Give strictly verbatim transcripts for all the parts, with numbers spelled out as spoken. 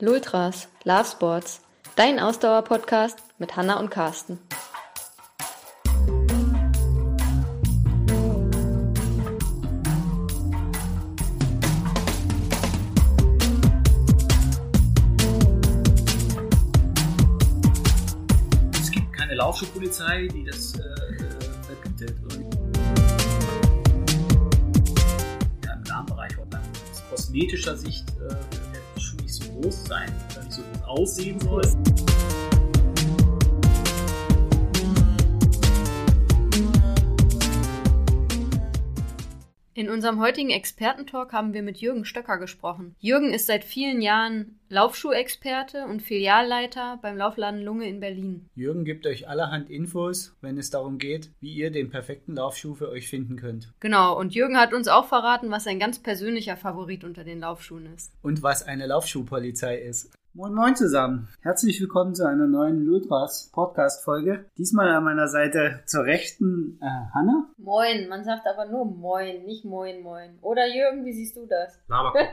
Lultras, Love Sports, dein Ausdauer-Podcast mit Hanna und Carsten. Es gibt keine Laufschuhpolizei, die das äh, verbietet. Und ja, im Darmbereich auch dann aus kosmetischer Sicht äh, der Schuh nicht so groß sein oder nicht so groß aussehen soll. In unserem heutigen Expertentalk haben wir mit Jürgen Stöcker gesprochen. Jürgen ist seit vielen Jahren Laufschuhexperte und Filialleiter beim Laufladen Lunge in Berlin. Jürgen gibt euch allerhand Infos, wenn es darum geht, wie ihr den perfekten Laufschuh für euch finden könnt. Genau, und Jürgen hat uns auch verraten, was sein ganz persönlicher Favorit unter den Laufschuhen ist. Und was eine Laufschuhpolizei ist. Moin Moin zusammen. Herzlich willkommen zu einer neuen Lultras Podcast-Folge. Diesmal an meiner Seite zur rechten äh, Hanna. Moin, man sagt aber nur Moin, nicht Moin Moin. Oder Jürgen, wie siehst du das? Laberkopf.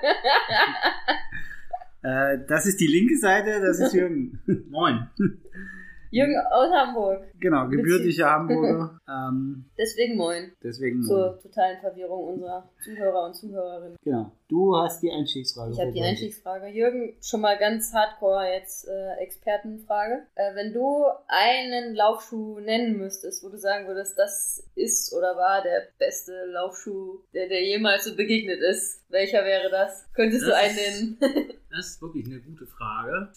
äh, das ist die linke Seite, das ist Jürgen. Moin. Jürgen aus Hamburg. Genau, gebürtiger Hamburger. Ähm, deswegen Moin. Deswegen Moin. Zur totalen Verwirrung unserer Zuhörer und Zuhörerinnen. Genau. Du hast die Einstiegsfrage. Ich habe die Einstiegsfrage. Jürgen, schon mal ganz hardcore jetzt äh, Expertenfrage. Äh, wenn du einen Laufschuh nennen müsstest, wo du sagen würdest, das ist oder war der beste Laufschuh, der dir jemals so begegnet ist, welcher wäre das? Könntest das du einen nennen? Das ist wirklich eine gute Frage.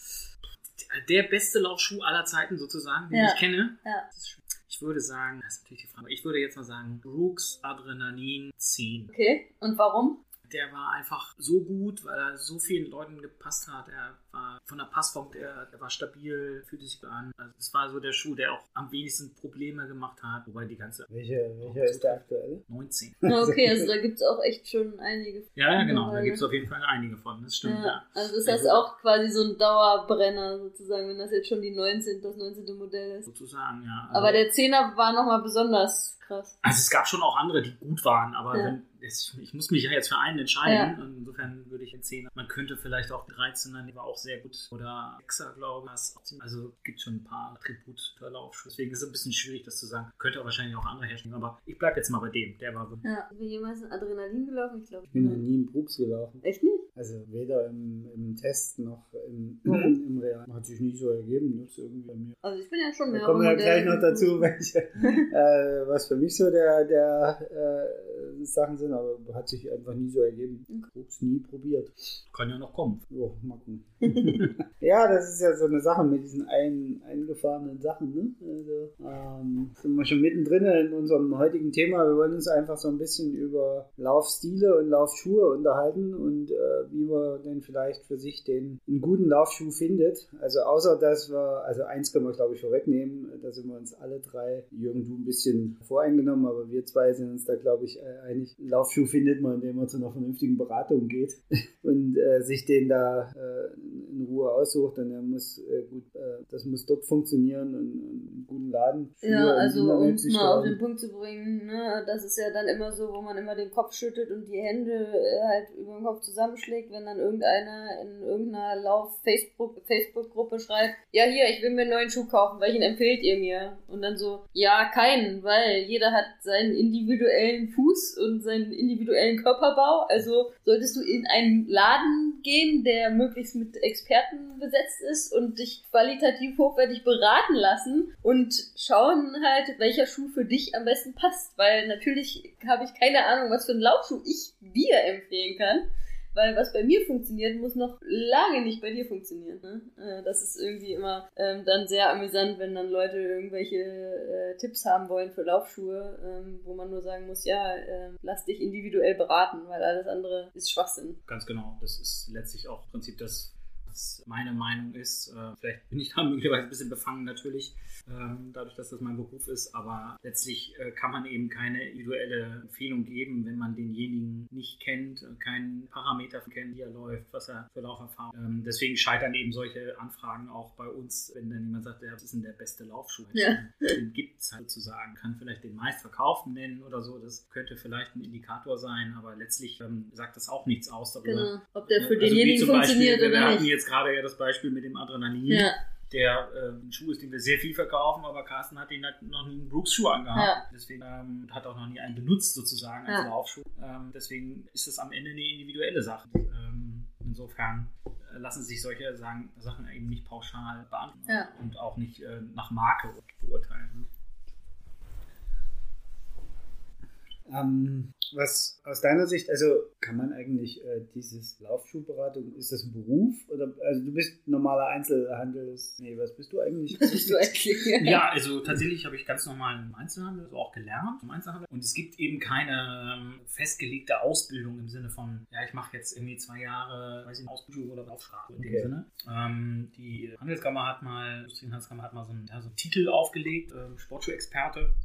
Der beste Laufschuh aller Zeiten sozusagen, den ja. ich kenne. Ja. Ich würde sagen, das ist natürlich die Frage, ich würde jetzt mal sagen, Brooks Adrenalin zehn. Okay, und warum? Der war einfach so gut, weil er so vielen Leuten gepasst hat. Er war von der Passform, der, der war stabil, fühlte sich an. Also es war so der Schuh, der auch am wenigsten Probleme gemacht hat. Wobei die ganze... Welcher, welcher ist der aktuelle? neunzehn. Okay, also da gibt es auch echt schon einige. Ja, ja, genau. Da gibt es auf jeden Fall einige von. Das stimmt, ja. ja. Also ist das auch quasi so ein Dauerbrenner sozusagen, wenn das jetzt schon die neunzehn, das neunzehnte Modell ist. Sozusagen, ja. Also, aber der Zehner war nochmal besonders krass. Also es gab schon auch andere, die gut waren, aber ja. wenn, ich, ich muss mich ja jetzt für einen entscheiden. Ja. Und insofern würde ich den Zehner. Man könnte vielleicht auch dreizehner, die war auch sehr gut. Oder sechser, glaube ich. Also es gibt schon ein paar Attribute der Laufschuhe. Deswegen ist es ein bisschen schwierig, das zu sagen. Könnte auch wahrscheinlich auch andere herstellen. Aber ich bleibe jetzt mal bei dem. Der war wirklich. Ja. Sind wir jemals in Adrenalin gelaufen? Ich glaube. Ich bin ja nie in Brooks gelaufen. Echt nicht? Also weder im, im Test noch im, mhm. im Real. Hat sich nicht so ergeben. Das ist irgendwie bei mir. Also ich bin ja schon mehr. Da kommen wir gleich noch dazu, welche, äh, was für mich so der, der äh, Sachen sind, aber hat sich einfach nie so ergeben. Okay. Brooks nie probiert. Kann ja noch kommen. Ja, mal gucken. Ja, das ist ja so eine Sache mit diesen ein, eingefahrenen Sachen. Ne? Also, ähm, sind wir schon mittendrin in unserem heutigen Thema. Wir wollen uns einfach so ein bisschen über Laufstile und Laufschuhe unterhalten und äh, wie man denn vielleicht für sich den einen guten Laufschuh findet. Also außer, dass wir, also eins können wir glaube ich vorwegnehmen, da sind wir uns alle drei, Jürgen, du ein bisschen voreingenommen, aber wir zwei sind uns da glaube ich einig. Einen Laufschuh findet man, indem man zu einer vernünftigen Beratung geht und äh, sich den da äh, in Ruhe aussucht und er muss äh, gut, äh, das muss dort funktionieren und, und einen guten Laden. Ja, also um es mal auf den Punkt zu bringen, ne, das ist ja dann immer so, wo man immer den Kopf schüttelt und die Hände äh, halt über den Kopf zusammenschlägt, wenn dann irgendeiner in irgendeiner Lauf-Facebook-Gruppe schreibt, ja hier, ich will mir einen neuen Schuh kaufen, welchen empfehlt ihr mir? Und dann so, ja, keinen, weil jeder hat seinen individuellen Fuß und seinen individuellen Körperbau, also solltest du in einen Laden gehen, der möglichst mit Experten besetzt ist und dich qualitativ hochwertig beraten lassen und schauen halt, welcher Schuh für dich am besten passt, weil natürlich habe ich keine Ahnung, was für einen Laufschuh ich dir empfehlen kann. Weil was bei mir funktioniert, muss noch lange nicht bei dir funktionieren. Ne? Das ist irgendwie immer ähm, dann sehr amüsant, wenn dann Leute irgendwelche äh, Tipps haben wollen für Laufschuhe, ähm, wo man nur sagen muss, ja, äh, lass dich individuell beraten, weil alles andere ist Schwachsinn. Ganz genau. Das ist letztlich auch im Prinzip das, was meine Meinung ist. Äh, vielleicht bin ich da möglicherweise ein bisschen befangen natürlich, ähm, dadurch, dass das mein Beruf ist, aber letztlich äh, kann man eben keine individuelle Empfehlung geben, wenn man denjenigen nicht kennt, keinen Parameter kennt, wie er läuft, was er für Lauferfahrung. Ähm, deswegen scheitern eben solche Anfragen auch bei uns, wenn dann jemand sagt, ja, was ist denn der beste Laufschuh? Ja. Den gibt es halt sozusagen, kann vielleicht den meistverkauften nennen oder so, das könnte vielleicht ein Indikator sein, aber letztlich ähm, sagt das auch nichts aus darüber. Genau, ob der für also denjenigen funktioniert Beispiel, oder wir nicht. hatten jetzt jetzt gerade ja das Beispiel mit dem Adrenalin. Ja. Der äh, ein Schuh ist, den wir sehr viel verkaufen, aber Carsten hat den halt noch nie einen Brooks-Schuh angehabt. Ja. Deswegen ähm, hat auch noch nie einen benutzt sozusagen als ja. Laufschuh. Ähm, deswegen ist es am Ende eine individuelle Sache. Ähm, insofern äh, lassen sich solche sagen, Sachen eben nicht pauschal beantworten ja. und auch nicht äh, nach Marke beurteilen. Ne? Ähm, was aus deiner Sicht, also kann man eigentlich äh, dieses Laufschuhberatung, ist das ein Beruf? Oder also du bist normaler Einzelhandel, nee, was bist du eigentlich? Was bist du eigentlich? Ja, also tatsächlich habe ich ganz normal im Einzelhandel so auch gelernt, im Einzelhandel. Und es gibt eben keine ähm, festgelegte Ausbildung im Sinne von, ja, ich mache jetzt irgendwie zwei Jahre, weiß ich nicht, Ausbildung oder Laufsprache in okay. dem Sinne. Ähm, die Handelskammer hat mal, die Industriehandelskammer hat mal so einen, ja, so einen Titel aufgelegt, ähm, Sportschuh-Experte.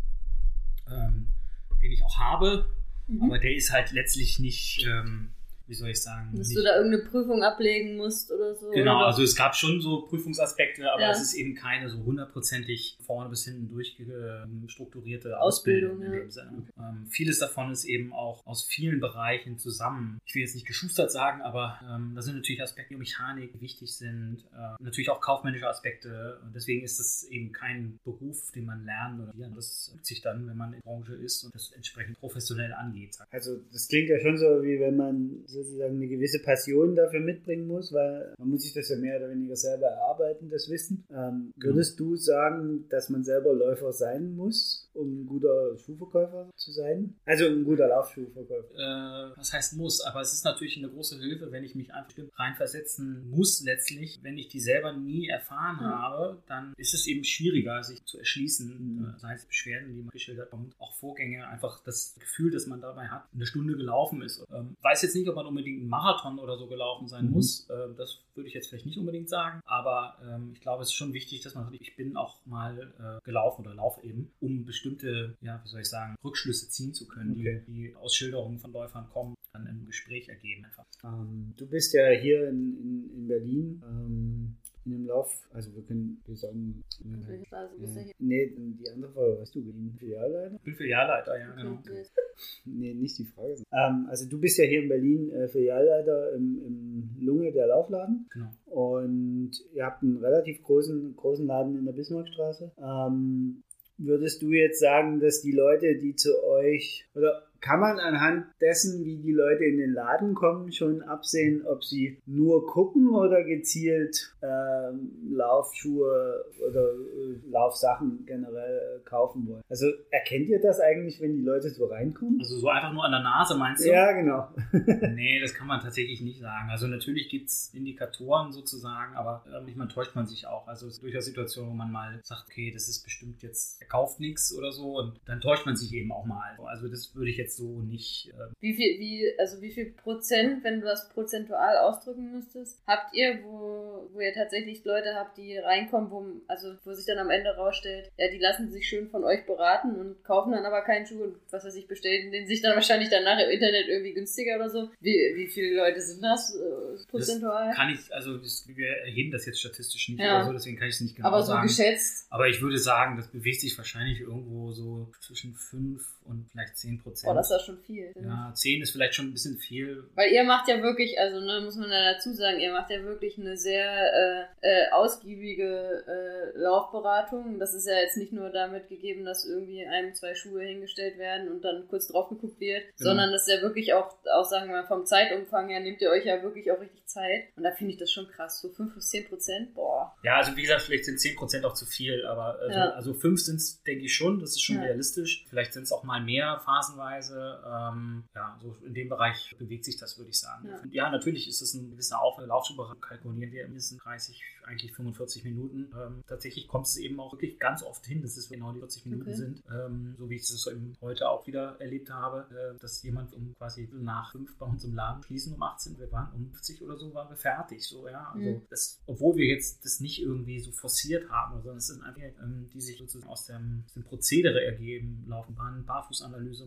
Ähm, den ich auch habe, mhm. aber der ist halt letztlich nicht, ähm, wie soll ich sagen... Dass nicht, du da irgendeine Prüfung ablegen musst oder so? Genau, oder? Also es gab schon so Prüfungsaspekte, aber ja. es ist eben keine so hundertprozentig vorne bis hinten durchstrukturierte Ausbildung, Ausbildung in ja. dem Sinne. Ähm, vieles davon ist eben auch aus vielen Bereichen zusammen. Ich will jetzt nicht geschustert sagen, aber ähm, da sind natürlich Aspekte wie Mechanik, die wichtig sind, äh, natürlich auch kaufmännische Aspekte. Und deswegen ist es eben kein Beruf, den man lernen oder lernen. Das übt sich dann, wenn man in der Branche ist und das entsprechend professionell angeht. Also das klingt ja schon so, wie wenn man sozusagen eine gewisse Passion dafür mitbringen muss, weil man muss sich das ja mehr oder weniger selber erarbeiten, das Wissen. Ähm, würdest du sagen, dass man selber Läufer sein muss, um ein guter Schuhverkäufer zu sein? Also ein guter Laufschuhverkäufer. Äh, was heißt muss? Aber es ist natürlich eine große Hilfe, wenn ich mich einfach reinversetzen muss letztlich. Wenn ich die selber nie erfahren mhm. habe, dann ist es eben schwieriger, sich zu erschließen. Mhm. Sei es Beschwerden, die man geschildert bekommt, auch Vorgänge, einfach das Gefühl, das man dabei hat, eine Stunde gelaufen ist. Ähm, weiß jetzt nicht, ob man unbedingt einen Marathon oder so gelaufen sein mhm. muss. Ähm, das würde ich jetzt vielleicht nicht unbedingt sagen. Aber ähm, ich glaube, es ist schon wichtig, dass man sagt, ich bin auch mal äh, gelaufen oder laufe eben, um bestimmte, ja, wie soll ich sagen, Rückschlüsse ziehen zu können, okay. die, die aus Schilderungen von Läufern kommen, dann im Gespräch ergeben einfach. Ähm, du bist ja hier in, in, in Berlin ähm, in dem Lauf, also wir können wir sagen, äh, äh, nee, die andere Frage, weißt du, Filialleiter? Ich bin Filialleiter, ja, genau. Nee, nicht die Frage. Ähm, also du bist ja hier in Berlin äh, Filialleiter im, im Lunge der Laufladen. Genau. Und ihr habt einen relativ großen, großen Laden in der Bismarckstraße. Ähm, würdest du jetzt sagen, dass die Leute, die zu euch, oder kann man anhand dessen, wie die Leute in den Laden kommen, schon absehen, ob sie nur gucken oder gezielt ähm, Laufschuhe oder äh, Laufsachen generell äh, kaufen wollen? Also erkennt ihr das eigentlich, wenn die Leute so reinkommen? Also so einfach nur an der Nase, meinst du? Ja, genau. Nee, das kann man tatsächlich nicht sagen. Also natürlich gibt es Indikatoren sozusagen, aber äh, manchmal täuscht man sich auch. Also es ist durchaus Situationen, wo man mal sagt, okay, das ist bestimmt jetzt, er kauft nichts oder so, und dann täuscht man sich eben auch mal. Also das würde ich jetzt so nicht. Ähm wie viel, wie, also wie viel Prozent, wenn du das prozentual ausdrücken müsstest, habt ihr, wo, wo ihr tatsächlich Leute habt, die reinkommen, wo, also wo sich dann am Ende rausstellt, ja, die lassen sich schön von euch beraten und kaufen dann aber keinen Schuh und was weiß ich, bestellen den sich dann wahrscheinlich danach im Internet irgendwie günstiger oder so. Wie, wie viele Leute sind das äh, prozentual? Das kann ich, also das, wir erheben das jetzt statistisch nicht ja. oder so, deswegen kann ich es nicht genau aber so sagen. Geschätzt. Aber ich würde sagen, das bewegt sich wahrscheinlich irgendwo so zwischen fünf und vielleicht zehn Prozent. Oh, das ist ja schon viel. Ja, zehn ist vielleicht schon ein bisschen viel. Weil ihr macht ja wirklich, also ne, muss man ja dazu sagen, ihr macht ja wirklich eine sehr äh, äh, ausgiebige äh, Laufberatung. Das ist ja jetzt nicht nur damit gegeben, dass irgendwie einem zwei Schuhe hingestellt werden und dann kurz drauf geguckt wird, genau. sondern das ist ja wirklich auch, auch, sagen wir mal, vom Zeitumfang her nehmt ihr euch ja wirklich auch richtig Zeit. Und da finde ich das schon krass. So fünf bis zehn Prozent, boah. Ja, also wie gesagt, vielleicht sind zehn Prozent auch zu viel, aber also, ja. also fünf sind es, denke ich schon, das ist schon ja. realistisch. Vielleicht sind es auch mal mehr phasenweise. Ähm, ja, so in dem Bereich bewegt sich das, würde ich sagen. Ja, ja natürlich ist es ein gewisser Aufwand. Laufschuhbereich kalkulieren wir mindestens dreißig, eigentlich fünfundvierzig Minuten. Ähm, tatsächlich kommt es eben auch wirklich ganz oft hin, dass es genau die vierzig Minuten okay. sind. Ähm, so wie ich es eben heute auch wieder erlebt habe, äh, dass jemand um quasi nach fünf bei uns im Laden schließen um achtzehn, wir waren um fünfzig oder so, waren wir fertig. So, ja, also mhm. das, obwohl wir jetzt das nicht irgendwie so forciert haben, sondern es sind einfach, ähm, die sich sozusagen aus dem, aus dem Prozedere ergeben, laufen Bahn, Barfußanalyse machen,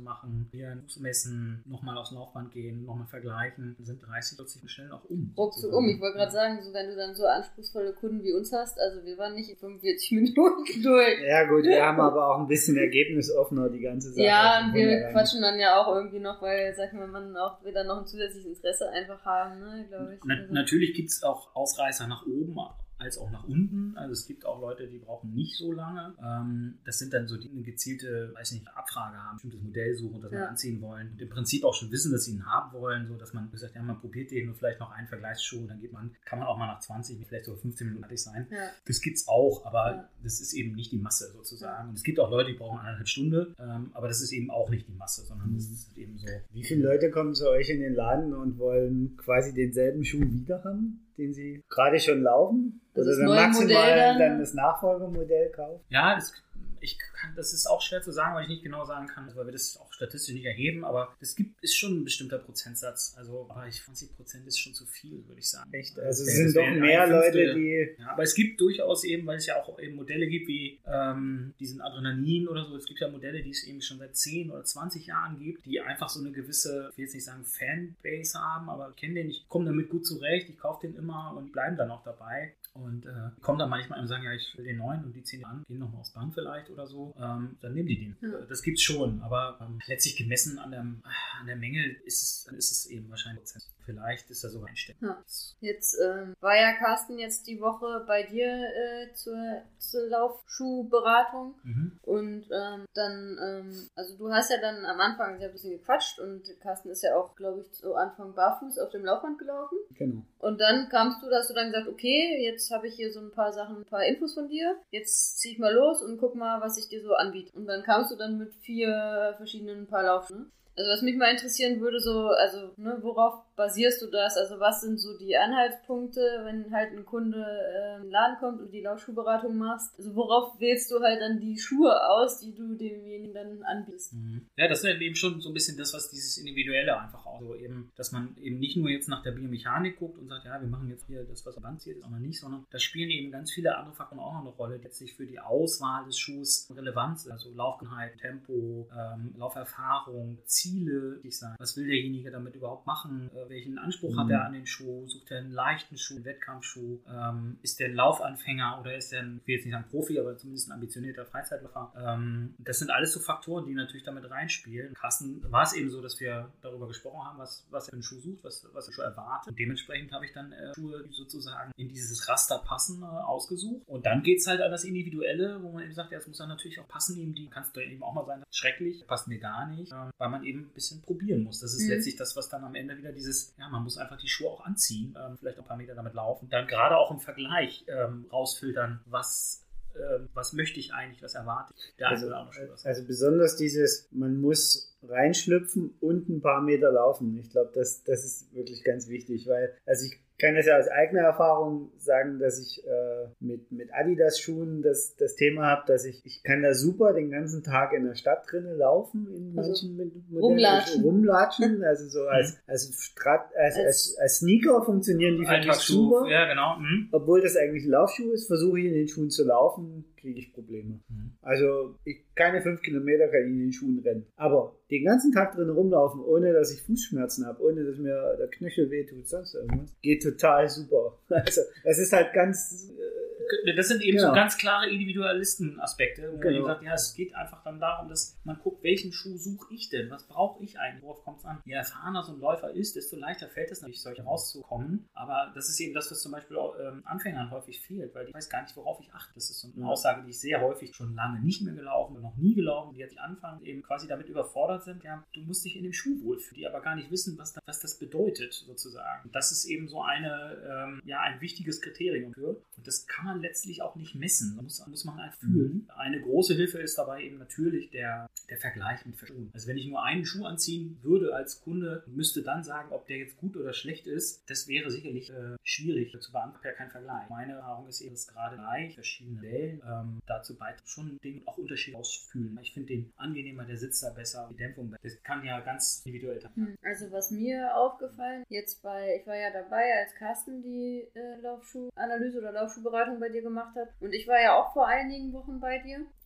hier messen, nochmal aufs Laufband gehen, nochmal vergleichen, dann sind dreißig, vierzig schnell auch um. Ruckzuck um. Ich wollte gerade sagen, so, wenn du dann so anspruchsvolle Kunden wie uns hast, also wir waren nicht in fünfundvierzig Minuten durch. Ja gut, wir haben aber auch ein bisschen ergebnisoffener die ganze Sache. Ja, und wir quatschen dann ja auch irgendwie noch, weil, sag ich mal, man auch wieder noch ein zusätzliches Interesse einfach haben, ne, glaube ich. Na, also. Natürlich gibt es auch Ausreißer nach oben, als auch nach unten. Also es gibt auch Leute, die brauchen nicht so lange. Ähm, das sind dann so die eine gezielte, weiß nicht, Abfrage haben, ein bestimmtes Modell suchen, das ja. man anziehen wollen. Und im Prinzip auch schon wissen, dass sie ihn haben wollen, so dass man gesagt, ja, man probiert den und vielleicht noch einen Vergleichsschuh, dann geht man, kann man auch mal nach zwanzig, vielleicht sogar fünfzehn Minuten fertig sein. Ja. Das gibt's auch, aber ja. das ist eben nicht die Masse sozusagen. Und es gibt auch Leute, die brauchen eineinhalb Stunden, ähm, aber das ist eben auch nicht die Masse, sondern das ist eben so. Wie viele Leute kommen zu euch in den Laden und wollen quasi denselben Schuh wieder haben, den sie gerade schon laufen? Das Oder ist dann maximal dann, dann das Nachfolgemodell kaufen? Ja, das, ich kann, das ist auch schwer zu sagen, weil ich nicht genau sagen kann, weil wir das auch statistisch nicht erheben, aber es gibt, ist schon ein bestimmter Prozentsatz. Also aber zwanzig Prozent ist schon zu viel, würde ich sagen. Echt? Also es sind doch mehr Leute, die... Ja, aber es gibt durchaus eben, weil es ja auch eben Modelle gibt wie ähm, diesen Adrenalin oder so, es gibt ja Modelle, die es eben schon seit zehn oder zwanzig Jahren gibt, die einfach so eine gewisse, ich will jetzt nicht sagen Fanbase haben, aber ich kenne den, ich komme damit gut zurecht, ich kaufe den immer und bleiben dann auch dabei. Und äh, kommen dann manchmal und sagen, ja, ich will den neuen und die ziehen den an, gehen nochmal aufs Band vielleicht oder so, ähm, dann nehmen die den. Ja. Das gibt's schon, aber ähm, letztlich gemessen an der, an der Menge ist es, dann ist es eben wahrscheinlich Prozent. Vielleicht ist da sogar ein Stück. Ja. Jetzt ähm, war ja Carsten jetzt die Woche bei dir äh, zur, zur Laufschuhberatung mhm. und ähm, dann, ähm, also du hast ja dann am Anfang sehr ein bisschen gequatscht und Carsten ist ja auch, glaube ich, zu Anfang barfuß auf dem Laufband gelaufen. Genau. Und dann kamst du, da hast du dann gesagt, okay, jetzt habe ich hier so ein paar Sachen, ein paar Infos von dir, jetzt zieh ich mal los und guck mal, was ich dir so anbiete. Und dann kamst du dann mit vier verschiedenen Paar Laufschuhen. Also was mich mal interessieren würde, so, also, ne, worauf basierst du das? Also was sind so die Anhaltspunkte, wenn halt ein Kunde äh, in den Laden kommt und die Laufschuhberatung machst? Also worauf wählst du halt dann die Schuhe aus, die du demjenigen dann anbietest? Mhm. Ja, das ist eben schon so ein bisschen das, was dieses Individuelle einfach auch so eben, dass man eben nicht nur jetzt nach der Biomechanik guckt und sagt, ja, wir machen jetzt hier das, was am Band zieht, ist auch noch nicht, sondern da spielen eben ganz viele andere Faktoren auch noch eine Rolle, die letztlich für die Auswahl des Schuhs relevant sind. Also Laufgenheit, Tempo, ähm, Lauferfahrung, Ziele, die ich sage. Was will derjenige damit überhaupt machen? Äh, welchen Anspruch mhm. hat er an den Schuh? Sucht er einen leichten Schuh, einen Wettkampfschuh? Ähm, ist der ein Laufanfänger oder ist der ein, ich will jetzt nicht sagen Profi, aber zumindest ein ambitionierter Freizeitläufer? Ähm, das sind alles so Faktoren, die natürlich damit reinspielen. Carsten war es eben so, dass wir darüber gesprochen haben, was, was er für einen Schuh sucht, was, was er schon erwartet. Und dementsprechend habe ich dann äh, Schuhe, die sozusagen in dieses Raster passen, äh, ausgesucht. Und dann geht es halt an das Individuelle, wo man eben sagt, ja, es muss dann natürlich auch passen, eben die kannst du eben auch mal sein, schrecklich, passt mir gar nicht, ähm, weil man eben ein bisschen probieren muss. Das ist mhm. letztlich das, was dann am Ende wieder dieses, ja, man muss einfach die Schuhe auch anziehen, ähm, vielleicht ein paar Meter damit laufen, dann gerade auch im Vergleich ähm, rausfiltern, was ähm, was möchte ich eigentlich, was erwarte ich. Der also, also besonders dieses, man muss reinschlüpfen und ein paar Meter laufen. Ich glaube, das, das ist wirklich ganz wichtig, weil, also ich kann das ja aus eigener Erfahrung sagen, dass ich äh, mit, mit Adidas-Schuhen das, das Thema habe, dass ich, ich kann da super den ganzen Tag in der Stadt drinnen laufen, in manchen also, Modellen. Rumlatschen. Rumlatschen, also so als, als, Strat, als, als, als Sneaker funktionieren die für mich super. Ja, genau. Mhm. Obwohl das eigentlich ein Laufschuh ist, versuche ich in den Schuhen zu laufen, kriege ich Probleme. Mhm. Also ich, keine fünf Kilometer kann ich in den Schuhen rennen. Aber den ganzen Tag drin rumlaufen, ohne dass ich Fußschmerzen habe, ohne dass mir der Knöchel wehtut, sonst irgendwas, geht total super. Also es ist halt ganz... Äh, das sind eben genau. so ganz klare Individualisten-Aspekte, wo man genau. eben sagt, ja, es geht einfach dann darum, dass man guckt, welchen Schuh suche ich denn? Was brauche ich eigentlich? Worauf kommt es an? Je erfahrener so ein Läufer ist, desto leichter fällt es natürlich, solche rauszukommen. Aber das ist eben das, was zum Beispiel auch ähm, Anfängern häufig fehlt, weil ich weiß gar nicht, worauf ich achte. Das ist so eine ja. Aussage, die ich sehr häufig schon lange nicht mehr gelaufen und noch nie gelaufen, die jetzt anfangen, eben quasi damit überfordert sind, ja, du musst dich in dem Schuh wohlfühlen, die aber gar nicht wissen, was, da, was das bedeutet, sozusagen. Und das ist eben so eine, ähm, ja, ein wichtiges Kriterium für. Und das kann man letztlich auch nicht messen. Das muss, muss man halt fühlen. Mhm. Eine große Hilfe ist dabei eben natürlich der, der Vergleich mit Schuhen. Also wenn ich nur einen Schuh anziehen würde als Kunde und müsste dann sagen, ob der jetzt gut oder schlecht ist, das wäre sicherlich äh, schwierig zu beantworten, per kein Vergleich. Meine Erfahrung ist eben, dass gerade gleich verschiedene Wellen ähm, dazu beitragen, schon Dinge auch unterschiedlich ausfühlen. Ich finde den angenehmer, der sitzt da besser, die Dämpfung besser. Das kann ja ganz individuell sein. Also was mir aufgefallen, jetzt bei, ich war ja dabei, als Carsten die äh, Laufschuhanalyse oder Laufschuhberatung bei dir gemacht hat und ich war ja auch vor einigen Wochen bei dir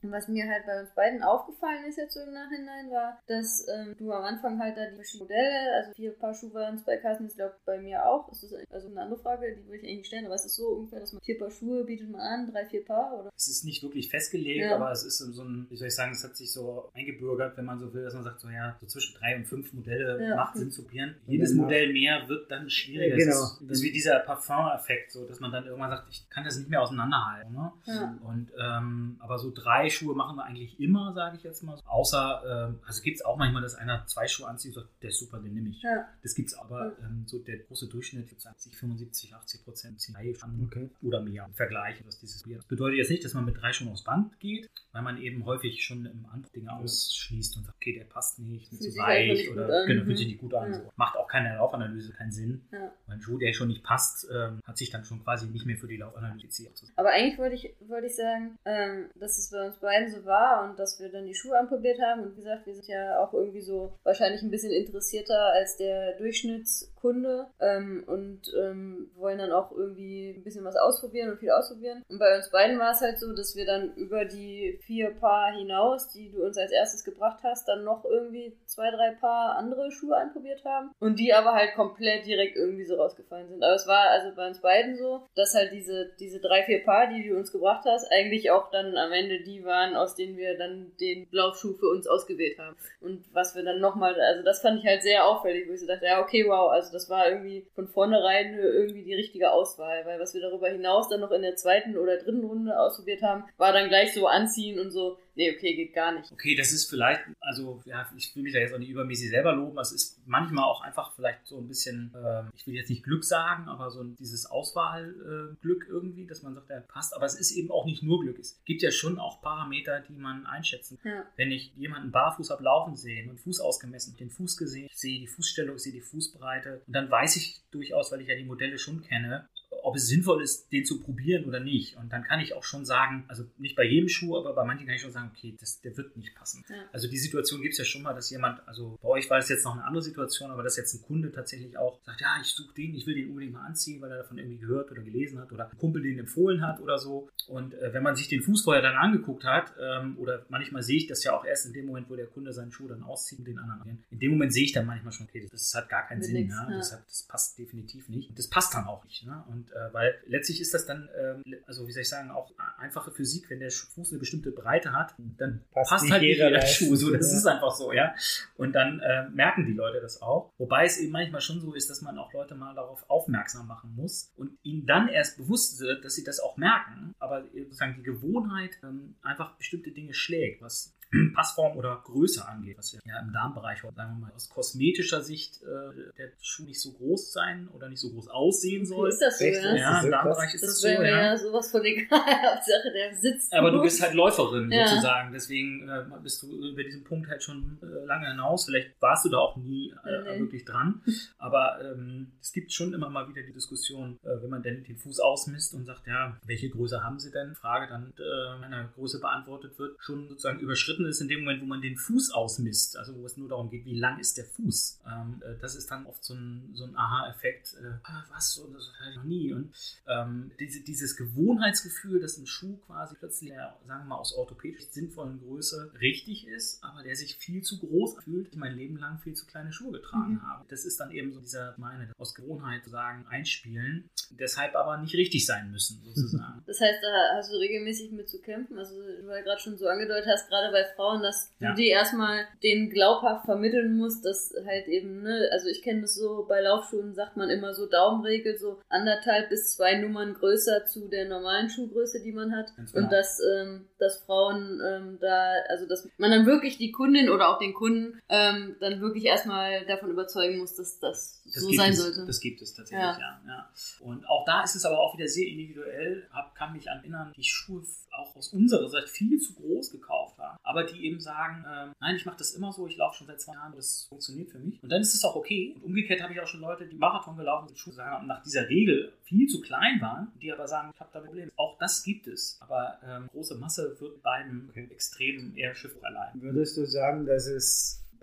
Und was mir halt bei uns beiden aufgefallen ist jetzt so im Nachhinein, war, dass ähm, du am Anfang halt da die verschiedenen Modelle, also vier Paar Schuhe waren es bei Carsten, ich glaube bei mir auch. Ist das also eine andere Frage, die würde ich eigentlich stellen, aber es ist so ungefähr, dass man vier Paar Schuhe bietet man an, drei, vier Paar, oder? Es ist nicht wirklich festgelegt, ja. aber es ist so ein, wie soll ich sagen, es hat sich so eingebürgert, wenn man so will, dass man sagt, so ja, so zwischen drei und fünf Modelle ja. macht Sinn zu probieren. Jedes Modell mehr wird dann schwieriger. Genau. Das ist, das ist wie dieser Parfum-Effekt, so, dass man dann irgendwann sagt, ich kann das nicht mehr auseinanderhalten. Ne? Ja. Und, ähm, aber so drei Schuhe machen wir eigentlich immer, sage ich jetzt mal. Außer, ähm, also gibt es auch manchmal, dass einer zwei Schuhe anzieht und sagt, der ist super, den nehme ich. Ja. Das gibt es aber, ähm, so der große Durchschnitt, achtzig, fünfundsiebzig, achtzig Prozent ziehen drei Schuhe okay. oder mehr im Vergleich. Was dieses das bedeutet jetzt nicht, dass man mit drei Schuhen aufs Band geht, weil man eben häufig schon im anderen Dinge ja. ausschließt und sagt, okay, der passt nicht, ist zu weich oder genau, fühlt sich nicht gut an. Ja. So. Macht auch keine Laufanalyse keinen Sinn. Ja. Weil ein Schuh, der schon nicht passt, ähm, hat sich dann schon quasi nicht mehr für die Laufanalyse fixiert. Aber eigentlich wollte ich, wollte ich sagen, ähm, dass es bei uns beiden so war und dass wir dann die Schuhe anprobiert haben. Und wie gesagt, wir sind ja auch irgendwie so wahrscheinlich ein bisschen interessierter als der Durchschnittskunde ähm, und ähm, wollen dann auch irgendwie ein bisschen was ausprobieren und viel ausprobieren. Und bei uns beiden war es halt so, dass wir dann über die vier Paar hinaus, die du uns als erstes gebracht hast, dann noch irgendwie zwei, drei Paar andere Schuhe anprobiert haben und die aber halt komplett direkt irgendwie so rausgefallen sind. Aber es war also bei uns beiden so, dass halt diese, diese drei, vier Paar, die du uns gebracht hast, eigentlich auch dann am Ende die waren, aus denen wir dann den Laufschuh für uns ausgewählt haben. Und was wir dann nochmal, also das fand ich halt sehr auffällig, wo ich so dachte, ja okay, wow, also das war irgendwie von vornherein irgendwie die richtige Auswahl, weil was wir darüber hinaus dann noch in der zweiten oder dritten Runde ausprobiert haben, war dann gleich so anziehen und so, nee, okay, geht gar nicht. Okay, das ist vielleicht, also ja, ich will mich da jetzt auch nicht übermäßig selber loben, es ist manchmal auch einfach vielleicht so ein bisschen, äh, ich will jetzt nicht Glück sagen, aber so dieses Auswahlglück äh, irgendwie, dass man sagt, ja, passt, aber es ist eben auch nicht nur Glück. Es gibt ja schon auch Parameter, die man einschätzen kann. Ja. Wenn ich jemanden barfuß habe laufen sehen und Fuß ausgemessen, den Fuß gesehen, ich sehe die Fußstellung, ich sehe die Fußbreite und dann weiß ich durchaus, weil ich ja die Modelle schon kenne, ob es sinnvoll ist, den zu probieren oder nicht. Und dann kann ich auch schon sagen, also nicht bei jedem Schuh, aber bei manchen kann ich schon sagen, okay, das, der wird nicht passen. Ja. Also die Situation gibt es ja schon mal, dass jemand, also bei euch war es jetzt noch eine andere Situation, aber dass jetzt ein Kunde tatsächlich auch sagt, ja, ich suche den, ich will den unbedingt mal anziehen, weil er davon irgendwie gehört oder gelesen hat oder ein Kumpel den empfohlen hat oder so. Und äh, wenn man sich den Fuß vorher dann angeguckt hat, ähm, oder manchmal sehe ich das ja auch erst in dem Moment, wo der Kunde seinen Schuh dann auszieht und den anderen. In dem Moment sehe ich dann manchmal schon, okay, das hat gar keinen Mit Sinn. Nix, ja? Ja. Das, hat, das passt definitiv nicht. Und das passt dann auch nicht. Ne? Und äh, weil letztlich ist das dann, ähm, also wie soll ich sagen, auch einfache Physik, wenn der Fuß eine bestimmte Breite hat, dann passt, passt halt nicht jeder, jeder Schuh. So, das ja. ist einfach so, ja. Und dann äh, merken die Leute das auch. Wobei es eben manchmal schon so ist, dass man auch Leute mal darauf aufmerksam machen muss und ihnen dann erst bewusst wird, dass sie das auch merken, aber sozusagen die Gewohnheit ähm, einfach bestimmte Dinge schlägt, was Passform oder Größe angeht, was ja im Darmbereich, sagen wir mal, aus kosmetischer Sicht äh, der Schuh nicht so groß sein oder nicht so groß aussehen soll. Ist das so, ja? Ja, im Darmbereich ist das, das so, ja. ja. sowas von egal, Hauptsache der sitzt. Aber du bist halt Läuferin, ja. sozusagen, deswegen äh, bist du über diesen Punkt halt schon äh, lange hinaus. Vielleicht warst du da auch nie äh, nee. wirklich dran, aber ähm, es gibt schon immer mal wieder die Diskussion, äh, wenn man denn den Fuß ausmisst und sagt, ja, welche Größe haben sie denn? Frage dann, äh, wenn eine Größe beantwortet wird, schon sozusagen überschritten ist in dem Moment, wo man den Fuß ausmisst, also wo es nur darum geht, wie lang ist der Fuß. Ähm, äh, das ist dann oft so ein, so ein Aha-Effekt, äh, was, und das hatte ich noch nie. Und ähm, diese, dieses Gewohnheitsgefühl, dass ein Schuh quasi plötzlich, ja, sagen wir mal, aus orthopädisch sinnvollen Größe richtig ist, aber der sich viel zu groß fühlt, ich mein Leben lang viel zu kleine Schuhe getragen mhm. habe. Das ist dann eben so dieser, meine, aus Gewohnheit sagen, einspielen, deshalb aber nicht richtig sein müssen, sozusagen. Das heißt, da hast du regelmäßig mit zu kämpfen, also du ja gerade schon so angedeutet hast, gerade bei Frauen, dass ja. du die erstmal denen glaubhaft vermitteln musst, dass halt eben, ne, also ich kenne das so, bei Laufschuhen sagt man immer so Daumenregel, so anderthalb bis zwei Nummern größer zu der normalen Schuhgröße, die man hat. Genau. Und dass, ähm, dass Frauen ähm, da, also dass man dann wirklich die Kundin oder auch den Kunden ähm, dann wirklich erstmal davon überzeugen muss, dass das, das so sein es, sollte. Das gibt es tatsächlich, ja. Ja, ja. Und auch da ist es aber auch wieder sehr individuell. Ich kann mich erinnern, die Schuhe auch aus unserer Seite viel zu groß gekauft haben, aber die eben sagen, ähm, nein, ich mache das immer so, ich laufe schon seit zwei Jahren, das funktioniert für mich. Und dann ist es auch okay. Und umgekehrt habe ich auch schon Leute, die Marathon gelaufen sind, Schuhe sagen, nach dieser Regel viel zu klein waren, die aber sagen, ich habe da Probleme. Auch das gibt es, aber ähm, große Masse wird beiden okay. extrem eher Schiff erleiden. Würdest du sagen, dass es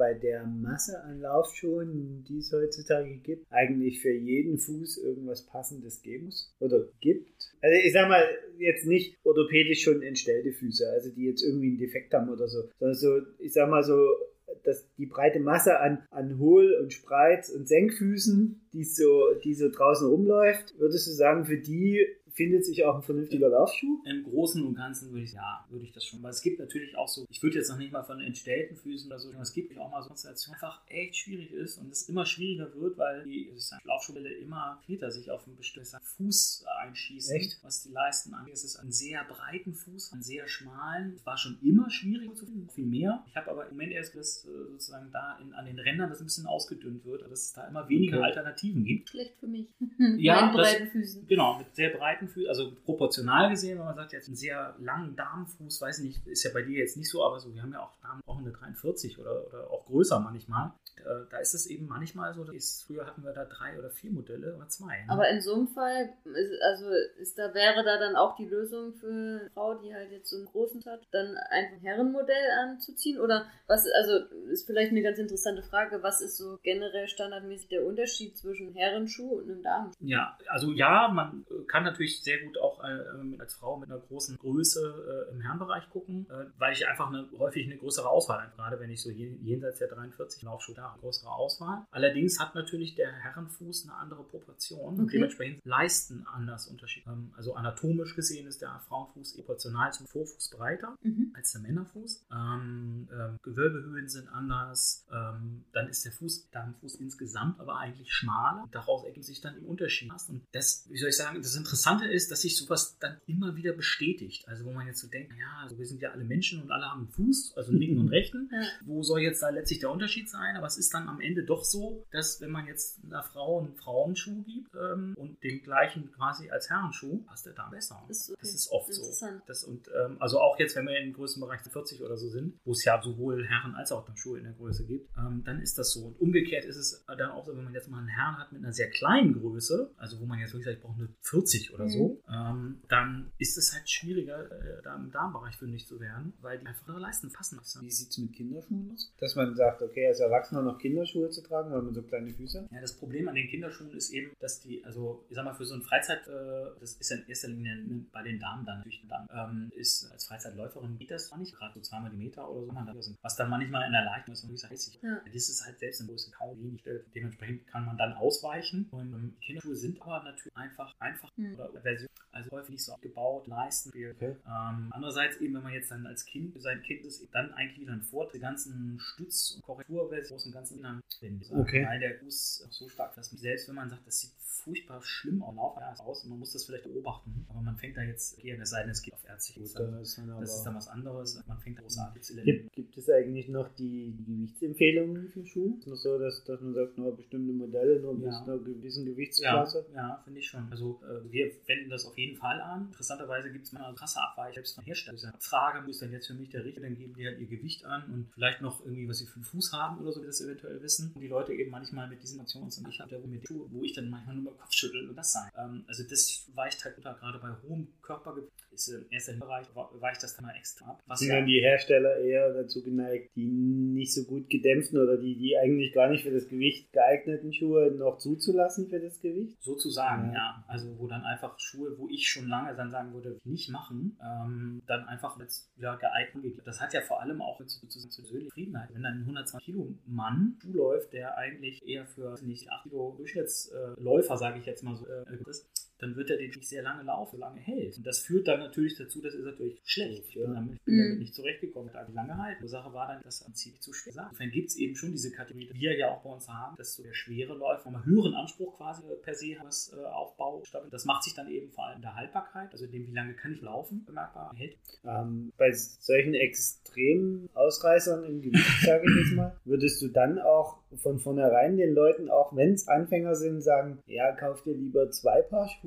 bei der Masse an Laufschuhen, die es heutzutage gibt, eigentlich für jeden Fuß irgendwas Passendes geben muss oder gibt. Also ich sag mal, jetzt nicht orthopädisch schon entstellte Füße, also die jetzt irgendwie einen Defekt haben oder so, sondern so, ich sag mal so, dass die breite Masse an, an Hohl- und Spreiz- und Senkfüßen, die so, die so draußen rumläuft, würdest du sagen, für die findet sich auch ein vernünftiger Laufschuh? Im Großen und Ganzen würde ich, ja, würde ich das schon. Weil es gibt natürlich auch so, ich würde jetzt noch nicht mal von entstellten Füßen oder so, sondern es gibt auch mal so eine Situation, die einfach echt schwierig ist und es immer schwieriger wird, weil die Laufschuhwelle immer später sich auf einen bestimmten Fuß einschießen. Echt? Was die Leisten angeht. Es ist ein sehr breiten Fuß, einen sehr schmalen. Es war schon immer schwierig zu finden, viel mehr. Ich habe aber im Moment erst, dass sozusagen da in, an den Rändern das ein bisschen ausgedünnt wird, dass es da immer weniger okay. Alternativen gibt. Schlecht für mich. Ja, mit breiten Füßen. Genau, mit sehr breiten Füßen, also proportional gesehen, wenn man sagt, jetzt einen sehr langen Damenfuß, weiß ich nicht, ist ja bei dir jetzt nicht so, aber so, wir haben ja auch Damen, auch eine dreiundvierzig oder, oder auch größer manchmal. Äh, da ist es eben manchmal so, dass früher hatten wir da drei oder vier Modelle oder zwei. Ne? Aber in so einem Fall, ist, also ist da, wäre da dann auch die Lösung für eine Frau, die halt jetzt so einen großen hat, dann einfach ein Herrenmodell anzuziehen? Oder was, also ist vielleicht eine ganz interessante Frage, was ist so generell standardmäßig der Unterschied zwischen Herrenschuh und einem Damenschuh? Ja, also ja, man kann natürlich sehr gut auch äh, als Frau mit einer großen Größe äh, im Herrenbereich gucken, äh, weil ich einfach eine, häufig eine größere Auswahl habe, gerade wenn ich so jenseits der dreiundvierzig Laufschuhe da habe, eine größere Auswahl. Allerdings hat natürlich der Herrenfuß eine andere Proportion und okay. dementsprechend Leisten anders unterschiedlich. Ähm, also anatomisch gesehen ist der Frauenfuß proportional zum Vorfuß breiter mhm. als der Männerfuß. Ähm, äh, Gewölbehöhen sind anders. Ähm, dann ist der Fuß, der Damenfuß insgesamt aber eigentlich schmaler. Und daraus ergibt sich dann im Unterschied. Und das, wie soll ich sagen, das Interessante ist, dass sich sowas dann immer wieder bestätigt. Also wo man jetzt so denkt, ja, also wir sind ja alle Menschen und alle haben einen Fuß, also einen linken und rechten. Ja. Wo soll jetzt da letztlich der Unterschied sein? Aber es ist dann am Ende doch so, dass wenn man jetzt einer Frau einen Frauenschuh gibt ähm, und den gleichen quasi als Herrenschuh, passt der da besser. Das ist, okay. Das ist oft so. Das und, ähm, also auch jetzt, wenn wir im größten Bereich vierzig oder so sind, wo es ja sowohl Herren als auch dann Schuhe in der Größe gibt, ähm, dann ist das so. Und umgekehrt ist es dann auch so, wenn man jetzt mal einen Herrn hat mit einer sehr kleinen Größe, also wo man jetzt wirklich sagt, ich brauche eine vierzig oder mhm. so, ähm, dann ist es halt schwieriger, äh, da im Darmbereich fündig zu werden, weil die einfach ihre Leisten passen müssen. Wie sieht es mit Kinderschuhen aus? Dass man sagt, okay, als Erwachsener noch Kinderschuhe zu tragen, weil man so kleine Füße hat? Ja, das Problem an den Kinderschuhen ist eben, dass die, also ich sag mal, für so ein Freizeit, äh, das ist ja in erster Linie bei den Damen dann natürlich, dann, ähm, ist als Freizeitläuferin geht das zwar nicht, gerade so zwei Millimeter oder so, man da sind, was dann manchmal in der Leitung ist, und ich heißig. Ja. Das ist halt selbst in Größe kaum wenig, dementsprechend kann man dann ausweichen und ähm, Kinderschuhe sind aber natürlich einfach, einfach mhm. oder Version, also häufig nicht so gebaut, Leisten. Okay. Ähm, andererseits eben, wenn man jetzt dann als Kind, sein Kind ist, dann eigentlich wieder ein Vorteil, die ganzen Stütz- und Korrekturversionen, den ganzen Innern, okay. weil der Fuß so stark, dass man selbst, wenn man sagt, das sieht furchtbar schlimm auf Lauf aus und man muss das vielleicht beobachten, aber man fängt da jetzt eher, es sei denn, es geht auf ärztlich. Das, das ist dann was anderes, man fängt großartig zu lernen. Gibt, gibt es eigentlich noch die Gewichtsempfehlungen für Schuhe? Ist es so, dass, dass man sagt, nur bestimmte Modelle, nur bis ja. einer gewissen Gewichtsklasse? Ja, ja finde ich schon. Also äh, wir wenden das auf jeden Fall an. Interessanterweise gibt es mal eine krasse Abweichung selbst von Herstellern. Frage, wo ist dann jetzt für mich der Richtige, dann geben die halt ihr Gewicht an und vielleicht noch irgendwie, was sie für einen Fuß haben oder so, wie das eventuell wissen. Und die Leute eben manchmal mit diesen Aktionen und ich habe da mit Schuhe, wo ich dann manchmal nur Kopf schütteln und das sein. Ähm, also das weicht halt unter, gerade bei hohem Körpergewicht, ist im ersten Bereich, weicht das dann mal extra ab. Was sind ja dann die Hersteller eher dazu geneigt, die nicht so gut gedämpften oder die, die eigentlich gar nicht für das Gewicht geeigneten Schuhe noch zuzulassen für das Gewicht? Sozusagen, ja. ja. Also wo dann einfach Schuhe, wo ich schon lange dann sagen würde, nicht machen, ähm, dann einfach jetzt ja, geeignet. Das hat ja vor allem auch zu, zu, zu persönlicher Zufriedenheit. Wenn dann ein hundertzwanzig Kilo Mann Schuh läuft, der eigentlich eher für nicht acht Kilo Durchschnittsläufer, sage ich jetzt mal so, äh, ist, dann wird er den nicht sehr lange laufen, so lange hält. Und das führt dann natürlich dazu, dass er natürlich schlecht. Ich bin damit, bin damit nicht zurechtgekommen, da lange halten. Die Sache war dann, dass er ziemlich zu schwer war. Insofern gibt es eben schon diese Kategorie, die wir ja auch bei uns haben, dass so der schwere Läufer einen höheren Anspruch quasi per se hat, was äh, Aufbau stattfindet. Das macht sich dann eben vor allem in der Haltbarkeit, also in dem, wie lange kann ich laufen, bemerkbar hält. Ähm, bei solchen extremen Ausreißern im Gewicht, sage ich jetzt mal, würdest du dann auch von vornherein den Leuten, auch wenn es Anfänger sind, sagen, ja, kauf dir lieber zwei Paar Schuhe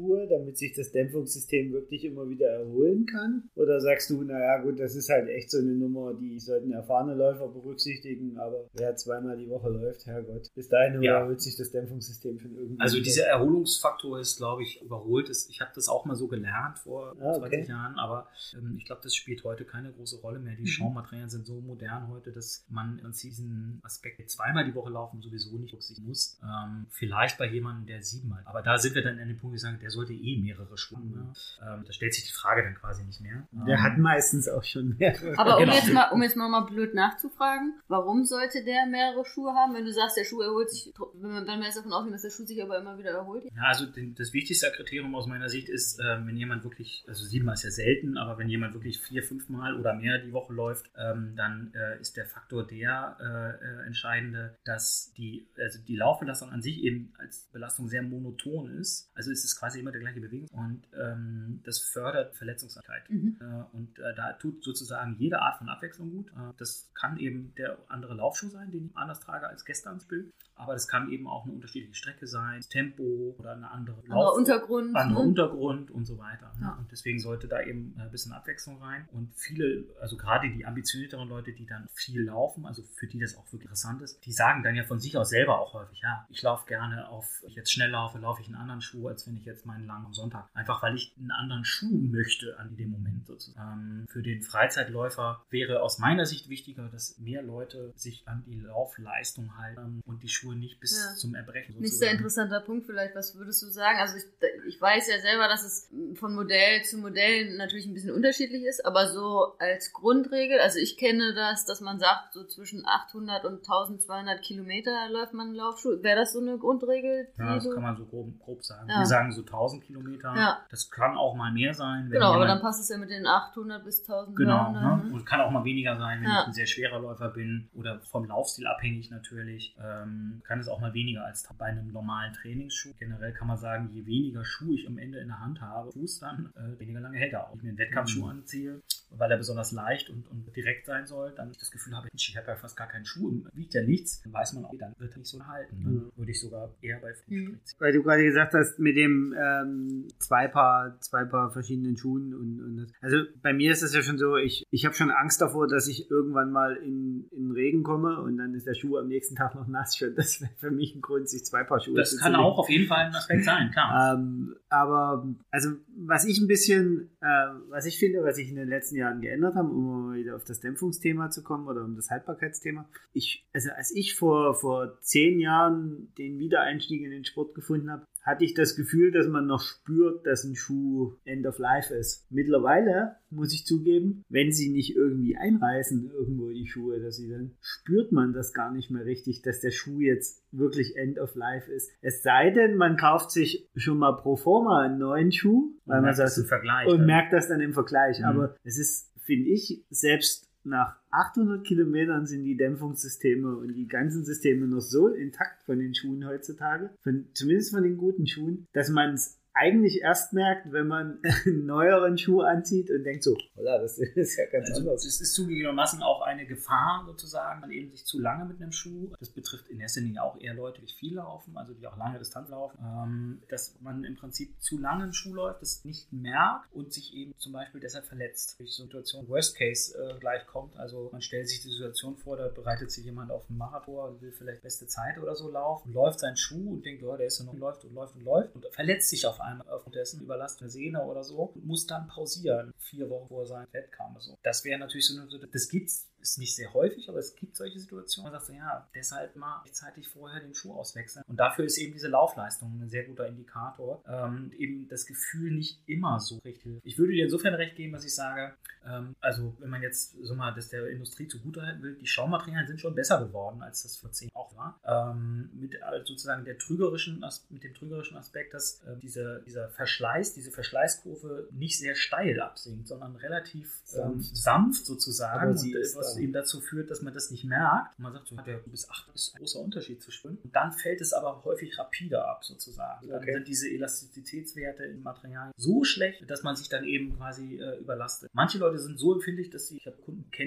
Schuhe, damit sich das Dämpfungssystem wirklich immer wieder erholen kann? Oder sagst du, naja gut, das ist halt echt so eine Nummer, die sollten erfahrene Läufer berücksichtigen, aber wer zweimal die Woche läuft, Herrgott, bis dahin ja. erholt sich das Dämpfungssystem schon irgendwie. Also dieser Erholungsfaktor ist, glaube ich, überholt. Ich habe das auch mal so gelernt vor ah, okay. zwanzig Jahren, aber ähm, ich glaube, das spielt heute keine große Rolle mehr. Die mhm. Schaummaterialien sind so modern heute, dass man uns diesen Aspekt zweimal die Woche laufen sowieso nicht berücksichtigen muss. Ähm, vielleicht bei jemandem, der siebenmal. Aber da sind wir dann an dem Punkt, wo wir sagen, der sollte eh mehrere Schuhe haben. Mhm. Ähm, da stellt sich die Frage dann quasi nicht mehr. Der ähm, hat meistens auch schon mehrere. Aber um, genau. jetzt mal, um jetzt mal, mal blöd nachzufragen, warum sollte der mehrere Schuhe haben, wenn du sagst, der Schuh erholt sich, wenn man, wenn man jetzt davon ausgeht, dass der Schuh sich aber immer wieder erholt? Ja, also den, das wichtigste Kriterium aus meiner Sicht ist, äh, wenn jemand wirklich, also siebenmal ist ja selten, aber wenn jemand wirklich vier, fünfmal oder mehr die Woche läuft, ähm, dann äh, ist der Faktor der äh, äh, entscheidende, dass die, also die Laufbelastung an sich eben als Belastung sehr monoton ist. Also ist es quasi immer der gleiche Bewegung und ähm, das fördert Verletzungsfähigkeit. Mhm. Äh, und äh, da tut sozusagen jede Art von Abwechslung gut. Äh, das kann eben der andere Laufschuh sein, den ich anders trage als gestern ins Bild. Aber das kann eben auch eine unterschiedliche Strecke sein, Tempo oder eine andere Lauf, anderer Untergrund, anderer ne? Untergrund und so weiter. Ne? Ja. Und deswegen sollte da eben ein bisschen Abwechslung rein. Und viele, also gerade die ambitionierteren Leute, die dann viel laufen, also für die das auch wirklich interessant ist, die sagen dann ja von sich aus selber auch häufig, ja, ich laufe gerne auf, wenn ich jetzt schnell laufe, laufe ich einen anderen Schuh, als wenn ich jetzt meinen langen am Sonntag. Einfach weil ich einen anderen Schuh möchte an dem Moment sozusagen. Ähm, für den Freizeitläufer wäre aus meiner Sicht wichtiger, dass mehr Leute sich an die Laufleistung halten und die Schuhe nicht bis ja. zum Erbrechen sozusagen. Nächster interessanter Punkt vielleicht, was würdest du sagen? Also ich, ich weiß ja selber, dass es von Modell zu Modell natürlich ein bisschen unterschiedlich ist, aber so als Grundregel, also ich kenne das, dass man sagt, so zwischen achthundert und eintausendzweihundert Kilometer läuft man einen Laufschuh. Wäre das so eine Grundregel? Ja, das kann man so grob, grob sagen. Ja. Wir sagen so tausend Kilometer. Ja. Das kann auch mal mehr sein. Wenn genau, aber dann passt es ja mit den achthundert bis tausenddreihundert. Genau, ne? Und kann auch mal weniger sein, wenn ja. ich ein sehr schwerer Läufer bin oder vom Laufstil abhängig natürlich. Ähm, kann es auch mal weniger als bei einem normalen Trainingsschuh. Generell kann man sagen, je weniger Schuh ich am Ende in der Hand habe, Fuß dann, äh, weniger lange hält er auch. Wenn ich mir einen Wettkampfschuh mhm. anziehe, weil er besonders leicht und, und direkt sein soll, dann ich das Gefühl habe, ich habe ja fast gar keinen Schuh, wiegt ja nichts, dann weiß man auch, dann wird er nicht so halten. Dann mhm. würde ich sogar eher bei mhm. Weil du gerade gesagt hast, mit dem ähm, zwei Paar, zwei Paar verschiedenen Schuhen und, und das. Also bei mir ist es ja schon so, ich, ich habe schon Angst davor, dass ich irgendwann mal in, in den Regen komme und dann ist der Schuh am nächsten Tag noch nass. Das wäre für mich ein Grund, sich zwei Paar Schuhe das zu Das kann zulegen. Auch auf jeden Fall ein Aspekt sein, klar. Ähm, aber also was ich ein bisschen, äh, was ich finde, was ich in den letzten Jahren geändert habe, um mal wieder auf das Dämpfungsthema zu kommen oder um das Haltbarkeitsthema. Ich, also als ich vor, vor zehn Jahren den Wiedereinstieg in den Sport gefunden habe, hatte ich das Gefühl, dass man noch spürt, dass ein Schuh End of Life ist. Mittlerweile, muss ich zugeben, wenn sie nicht irgendwie einreißen irgendwo die Schuhe, dass sie dann spürt man das gar nicht mehr richtig, dass der Schuh jetzt wirklich End of Life ist. Es sei denn, man kauft sich schon mal pro forma einen neuen Schuh, weil man sagt, im Vergleich, und dann. merkt das dann im Vergleich. Mhm. Aber es ist, finde ich, selbst nach achthundert Kilometern sind die Dämpfungssysteme und die ganzen Systeme noch so intakt von den Schuhen heutzutage, von, zumindest von den guten Schuhen, dass man es eigentlich erst merkt, wenn man einen neueren Schuh anzieht und denkt so, holla, das ist ja ganz also, anders. Das ist zugegebenermaßen auch eine Gefahr sozusagen, man eben sich zu lange mit einem Schuh, das betrifft in erster Linie auch eher Leute, die viel laufen, also die auch lange Distanz laufen, ähm, dass man im Prinzip zu lange einen Schuh läuft, das nicht merkt und sich eben zum Beispiel deshalb verletzt. Durch Situation Worst Case äh, gleich kommt, also man stellt sich die Situation vor, da bereitet sich jemand auf einen Marathon, will vielleicht beste Zeit oder so laufen, läuft seinen Schuh und denkt, oh, der ist ja noch, läuft und läuft und läuft und verletzt sich auf einmal aufgrund dessen, überlastet eine Sehne oder so, und muss dann pausieren, vier Wochen vor seinem Wettkampf. So. Das wäre natürlich so eine, das gibt's, ist nicht sehr häufig, aber es gibt solche Situationen, man sagt so, ja, deshalb mal rechtzeitig vorher den Schuh auswechseln. Und dafür ist eben diese Laufleistung ein sehr guter Indikator. Ähm, eben das Gefühl nicht immer so richtig. Ich würde dir insofern recht geben, dass ich sage, ähm, also wenn man jetzt so mal das der Industrie zugutehalten will, die Schaumaterialien sind schon besser geworden, als das vor zehn auch war. Ähm, mit also sozusagen der trügerischen, mit dem trügerischen Aspekt, dass äh, diese, dieser Verschleiß, diese Verschleißkurve nicht sehr steil absinkt, sondern relativ ähm, sanft. sanft sozusagen. Und was eben dazu führt, dass man das nicht merkt. Und man sagt so, der bis acht ist ein großer Unterschied zu schwimmen. Und dann fällt es aber häufig rapide ab sozusagen. Dann okay. sind diese Elastizitätswerte im Material so schlecht, dass man sich dann eben quasi äh, überlastet. Manche Leute sind so empfindlich, dass sie, ich habe Kunden kenne,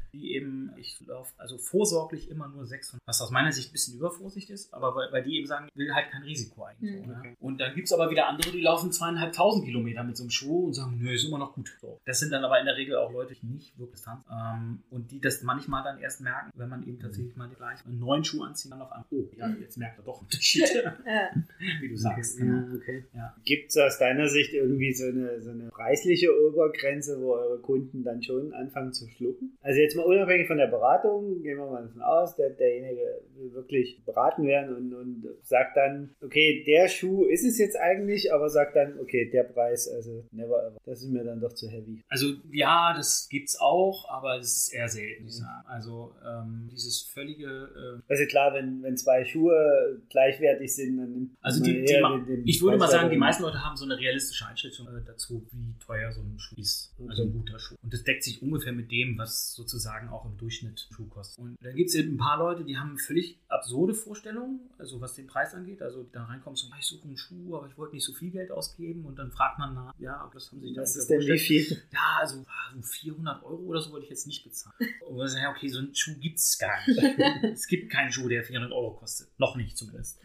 die eben, ich laufe also vorsorglich immer nur sechshundert, was aus meiner Sicht ein bisschen Übervorsicht ist, aber weil, weil die eben sagen, ich will halt kein Risiko eigentlich. Mhm. So, okay. Und dann gibt es aber wieder andere, die laufen zweieinhalbtausend Kilometer mit so einem Schuh und sagen, nö, ist immer noch gut. So. Das sind dann aber in der Regel auch Leute, die nicht wirklich Distanz ähm, und die das manchmal dann erst merken, wenn man eben tatsächlich mal gleich einen neuen Schuh anzieht, dann auf einmal, oh, ja, jetzt merkt er doch Unterschiede. Ja. Wie du sagst. Okay. Ja, okay. Ja. Gibt es aus deiner Sicht irgendwie so eine, so eine preisliche Obergrenze, wo eure Kunden dann schon anfangen zu schlucken? Also jetzt mal unabhängig von der Beratung, gehen wir mal davon aus, der, derjenige will wirklich beraten werden und, und sagt dann, okay, der Schuh ist es jetzt eigentlich, aber sagt dann, okay, der Preis, also never ever, das ist mir dann doch zu heavy. Also ja, das gibt's auch, aber das ist eher selten, ich sagen. Also ähm, dieses völlige... Äh, also klar, wenn, wenn zwei Schuhe gleichwertig sind, dann nimmt also die, die ma- den, den ich würde mal sagen, die meisten Leute haben so eine realistische Einschätzung äh, dazu, wie teuer so ein Schuh ist, okay. Also ein guter Schuh. Und das deckt sich ungefähr mit dem, was sozusagen auch im Durchschnitt Schuh kostet. Und dann gibt es eben ein paar Leute, die haben völlig absurde Vorstellungen, also was den Preis angeht. Also da reinkommen so, ich suche einen Schuh, aber ich wollte nicht so viel Geld ausgeben. Und dann fragt man nach, ja, das haben sie da. Was ist denn wie viel? Ja, also so vierhundert Euro oder so wollte ich jetzt nicht bezahlen. Und man sagt, ja, okay, so einen Schuh gibt es gar nicht. Es gibt keinen Schuh, der vierhundert Euro kostet. Noch nicht zumindest.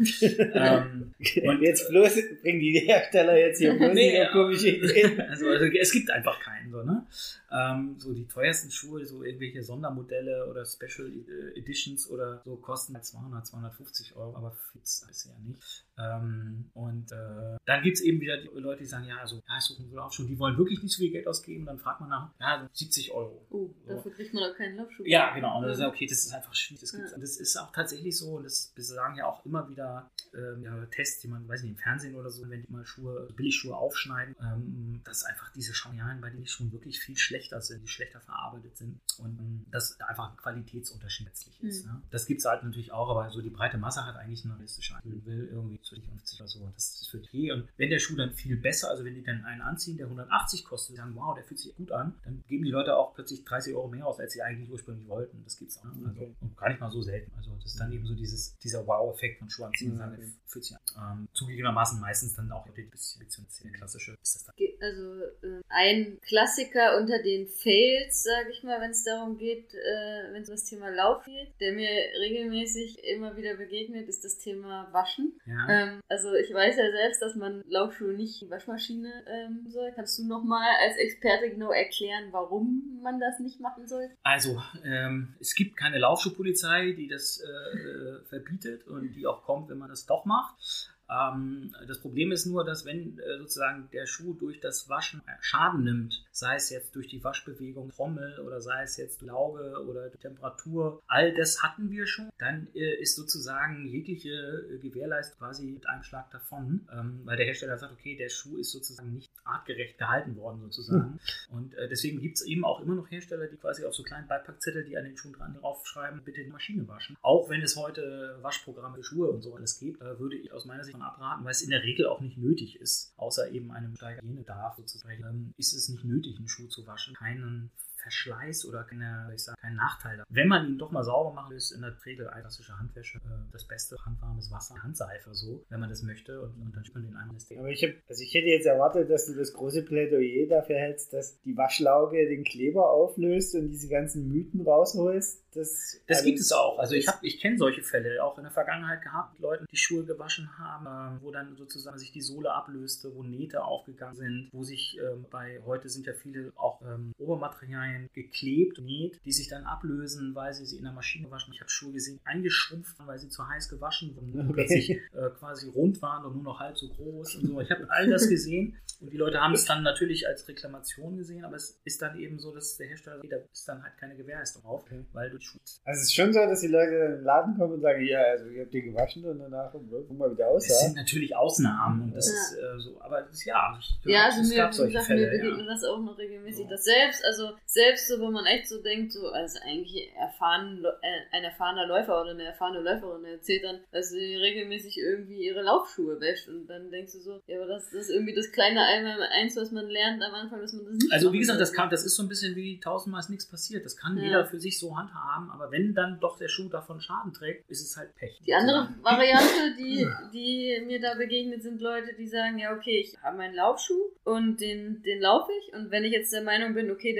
ähm, und jetzt bloß bringen die Hersteller jetzt hier bloß nee, ja, komische Ideen. Also, also es gibt einfach keinen. So, ne? ähm, so die teuersten Schuhe, so irgendwelche Sondermodelle oder Special Editions oder so, kosten zweihundert, zweihundertfünfzig Euro, aber Fits bisher nicht. Ähm, und äh, dann gibt es eben wieder die Leute, die sagen, ja, also, ja, ich suche einen Laufschuh, die wollen wirklich nicht so viel Geld ausgeben, dann fragt man nach, ja, also siebzig Euro. Oh, so. Dafür kriegt man auch keinen Laufschuh. Ja, genau. Und dann sagt, okay, das ist einfach schwierig. Das, gibt's, ja. das ist auch tatsächlich so, und das sagen ja auch immer wieder ähm, ja, Tests, die man, weiß nicht, im Fernsehen oder so, wenn die mal Schuhe, Billigschuhe aufschneiden, ähm, dass einfach diese Schaumjahlen bei den Schuhen wirklich viel schlechter sind, die schlechter verarbeitet sind und ähm, dass da einfach ein Qualitätsunterschied letztlich ist. Mhm. Ne? Das gibt es halt natürlich auch, aber so die breite Masse hat eigentlich eine realistische Einstellung, will irgendwie zwischen fünfzig oder so. Das ist für die. Und wenn der Schuh dann viel besser, also wenn die dann einen anziehen, der hundertachtzig kostet, sagen, wow, der fühlt sich gut an, dann geben die Leute auch plötzlich dreißig Euro mehr aus, als sie eigentlich ursprünglich wollten. Das gibt's auch. Ne? Also, okay. Und gar nicht mal so selten. Also das ist dann eben so dieses, dieser Wow-Effekt von Schuh anziehen, mhm. sagen, der fühlt sich an. Ähm, zugegebenermaßen meistens dann auch ein bisschen, bisschen der klassische. Ist das dann. Also äh, ein Klassiker unter den Fails, sage ich mal, wenn es darum geht, äh, wenn es um das Thema Lauf geht, der mir regelmäßig immer wieder begegnet, ist das Thema Waschen. Ja. Ähm, also ich weiß ja selbst, dass man Laufschuhe nicht in die Waschmaschine ähm, soll. Kannst du nochmal als Experte genau erklären, warum man das nicht machen soll? Also ähm, es gibt keine Laufschuhpolizei, die das äh, verbietet und die auch kommt, wenn man das doch macht. Ähm, das Problem ist nur, dass wenn äh, sozusagen der Schuh durch das Waschen Schaden nimmt, sei es jetzt durch die Waschbewegung Trommel oder sei es jetzt Lauge oder die Temperatur, all das hatten wir schon, dann äh, ist sozusagen jegliche äh, Gewährleistung quasi mit einem Schlag davon, ähm, weil der Hersteller sagt, okay, der Schuh ist sozusagen nicht artgerecht gehalten worden sozusagen. Mhm. Und äh, deswegen gibt es eben auch immer noch Hersteller, die quasi auf so kleinen Beipackzettel, die an den Schuhen dran draufschreiben, bitte in die Maschine waschen. Auch wenn es heute Waschprogramme für Schuhe und so alles gibt, äh, würde ich aus meiner Sicht abraten, weil es in der Regel auch nicht nötig ist, außer eben einem Steiger Hygienebedarf sozusagen, ähm, ist es nicht nötig, einen Schuh zu waschen. Keinen Verschleiß oder keine, ich sag, kein Nachteil. Wenn man ihn doch mal sauber machen will, ist in der Regel eine klassische Handwäsche äh, das Beste. Handwarmes Wasser, Handseife so, wenn man das möchte und, und dann spürt man den einmal das Ding. Aber ich, hab, also ich hätte jetzt erwartet, dass du das große Plädoyer dafür hältst, dass die Waschlauge den Kleber auflöst und diese ganzen Mythen rausholst. Das, das gibt es auch. Also ich, hab, ich kenne solche Fälle auch in der Vergangenheit gehabt, mit Leuten, die Schuhe gewaschen haben, äh, wo dann sozusagen sich die Sohle ablöste, wo Nähte aufgegangen sind, wo sich ähm, bei, heute sind ja viele auch ähm, Obermaterialien geklebt, näht, die sich dann ablösen, weil sie sie in der Maschine waschen. Ich habe Schuhe gesehen, eingeschrumpft, weil sie zu heiß gewaschen wurden und plötzlich äh, quasi rund waren und nur noch halb so groß und so. Ich habe all das gesehen und die Leute haben es dann natürlich als Reklamation gesehen, aber es ist dann eben so, dass der Hersteller, da ist dann halt keine Gewährleistung drauf, okay. Weil du Also es ist schon so, dass die Leute in den Laden kommen und sagen, ja, also ich habe die gewaschen und danach guck mal, wie der aussah. Das sind natürlich Ausnahmen und das ja. ist äh, so, aber das, ja, ich, ja, also es mir, gab solche gesagt, Fälle. Mir begegnet ja. das auch noch regelmäßig, ja. dass selbst, also selbst so, wo man echt so denkt, so als eigentlich erfahren, äh, ein erfahrener Läufer oder eine erfahrene Läuferin erzählt dann, dass sie regelmäßig irgendwie ihre Laufschuhe wäscht und dann denkst du so, ja, aber das, das ist irgendwie das kleine Einmal-Eins, was man lernt am Anfang, dass man das nicht Also wie gesagt, das, kann, das ist so ein bisschen wie tausendmal ist nichts passiert. Das kann ja. jeder für sich so handhaben, aber wenn dann doch der Schuh davon Schaden trägt, ist es halt Pech. Die andere Variante, die, die mir da begegnet, sind Leute, die sagen, ja okay, ich habe meinen Laufschuh und den, den laufe ich und wenn ich jetzt der Meinung bin, okay, der ist zum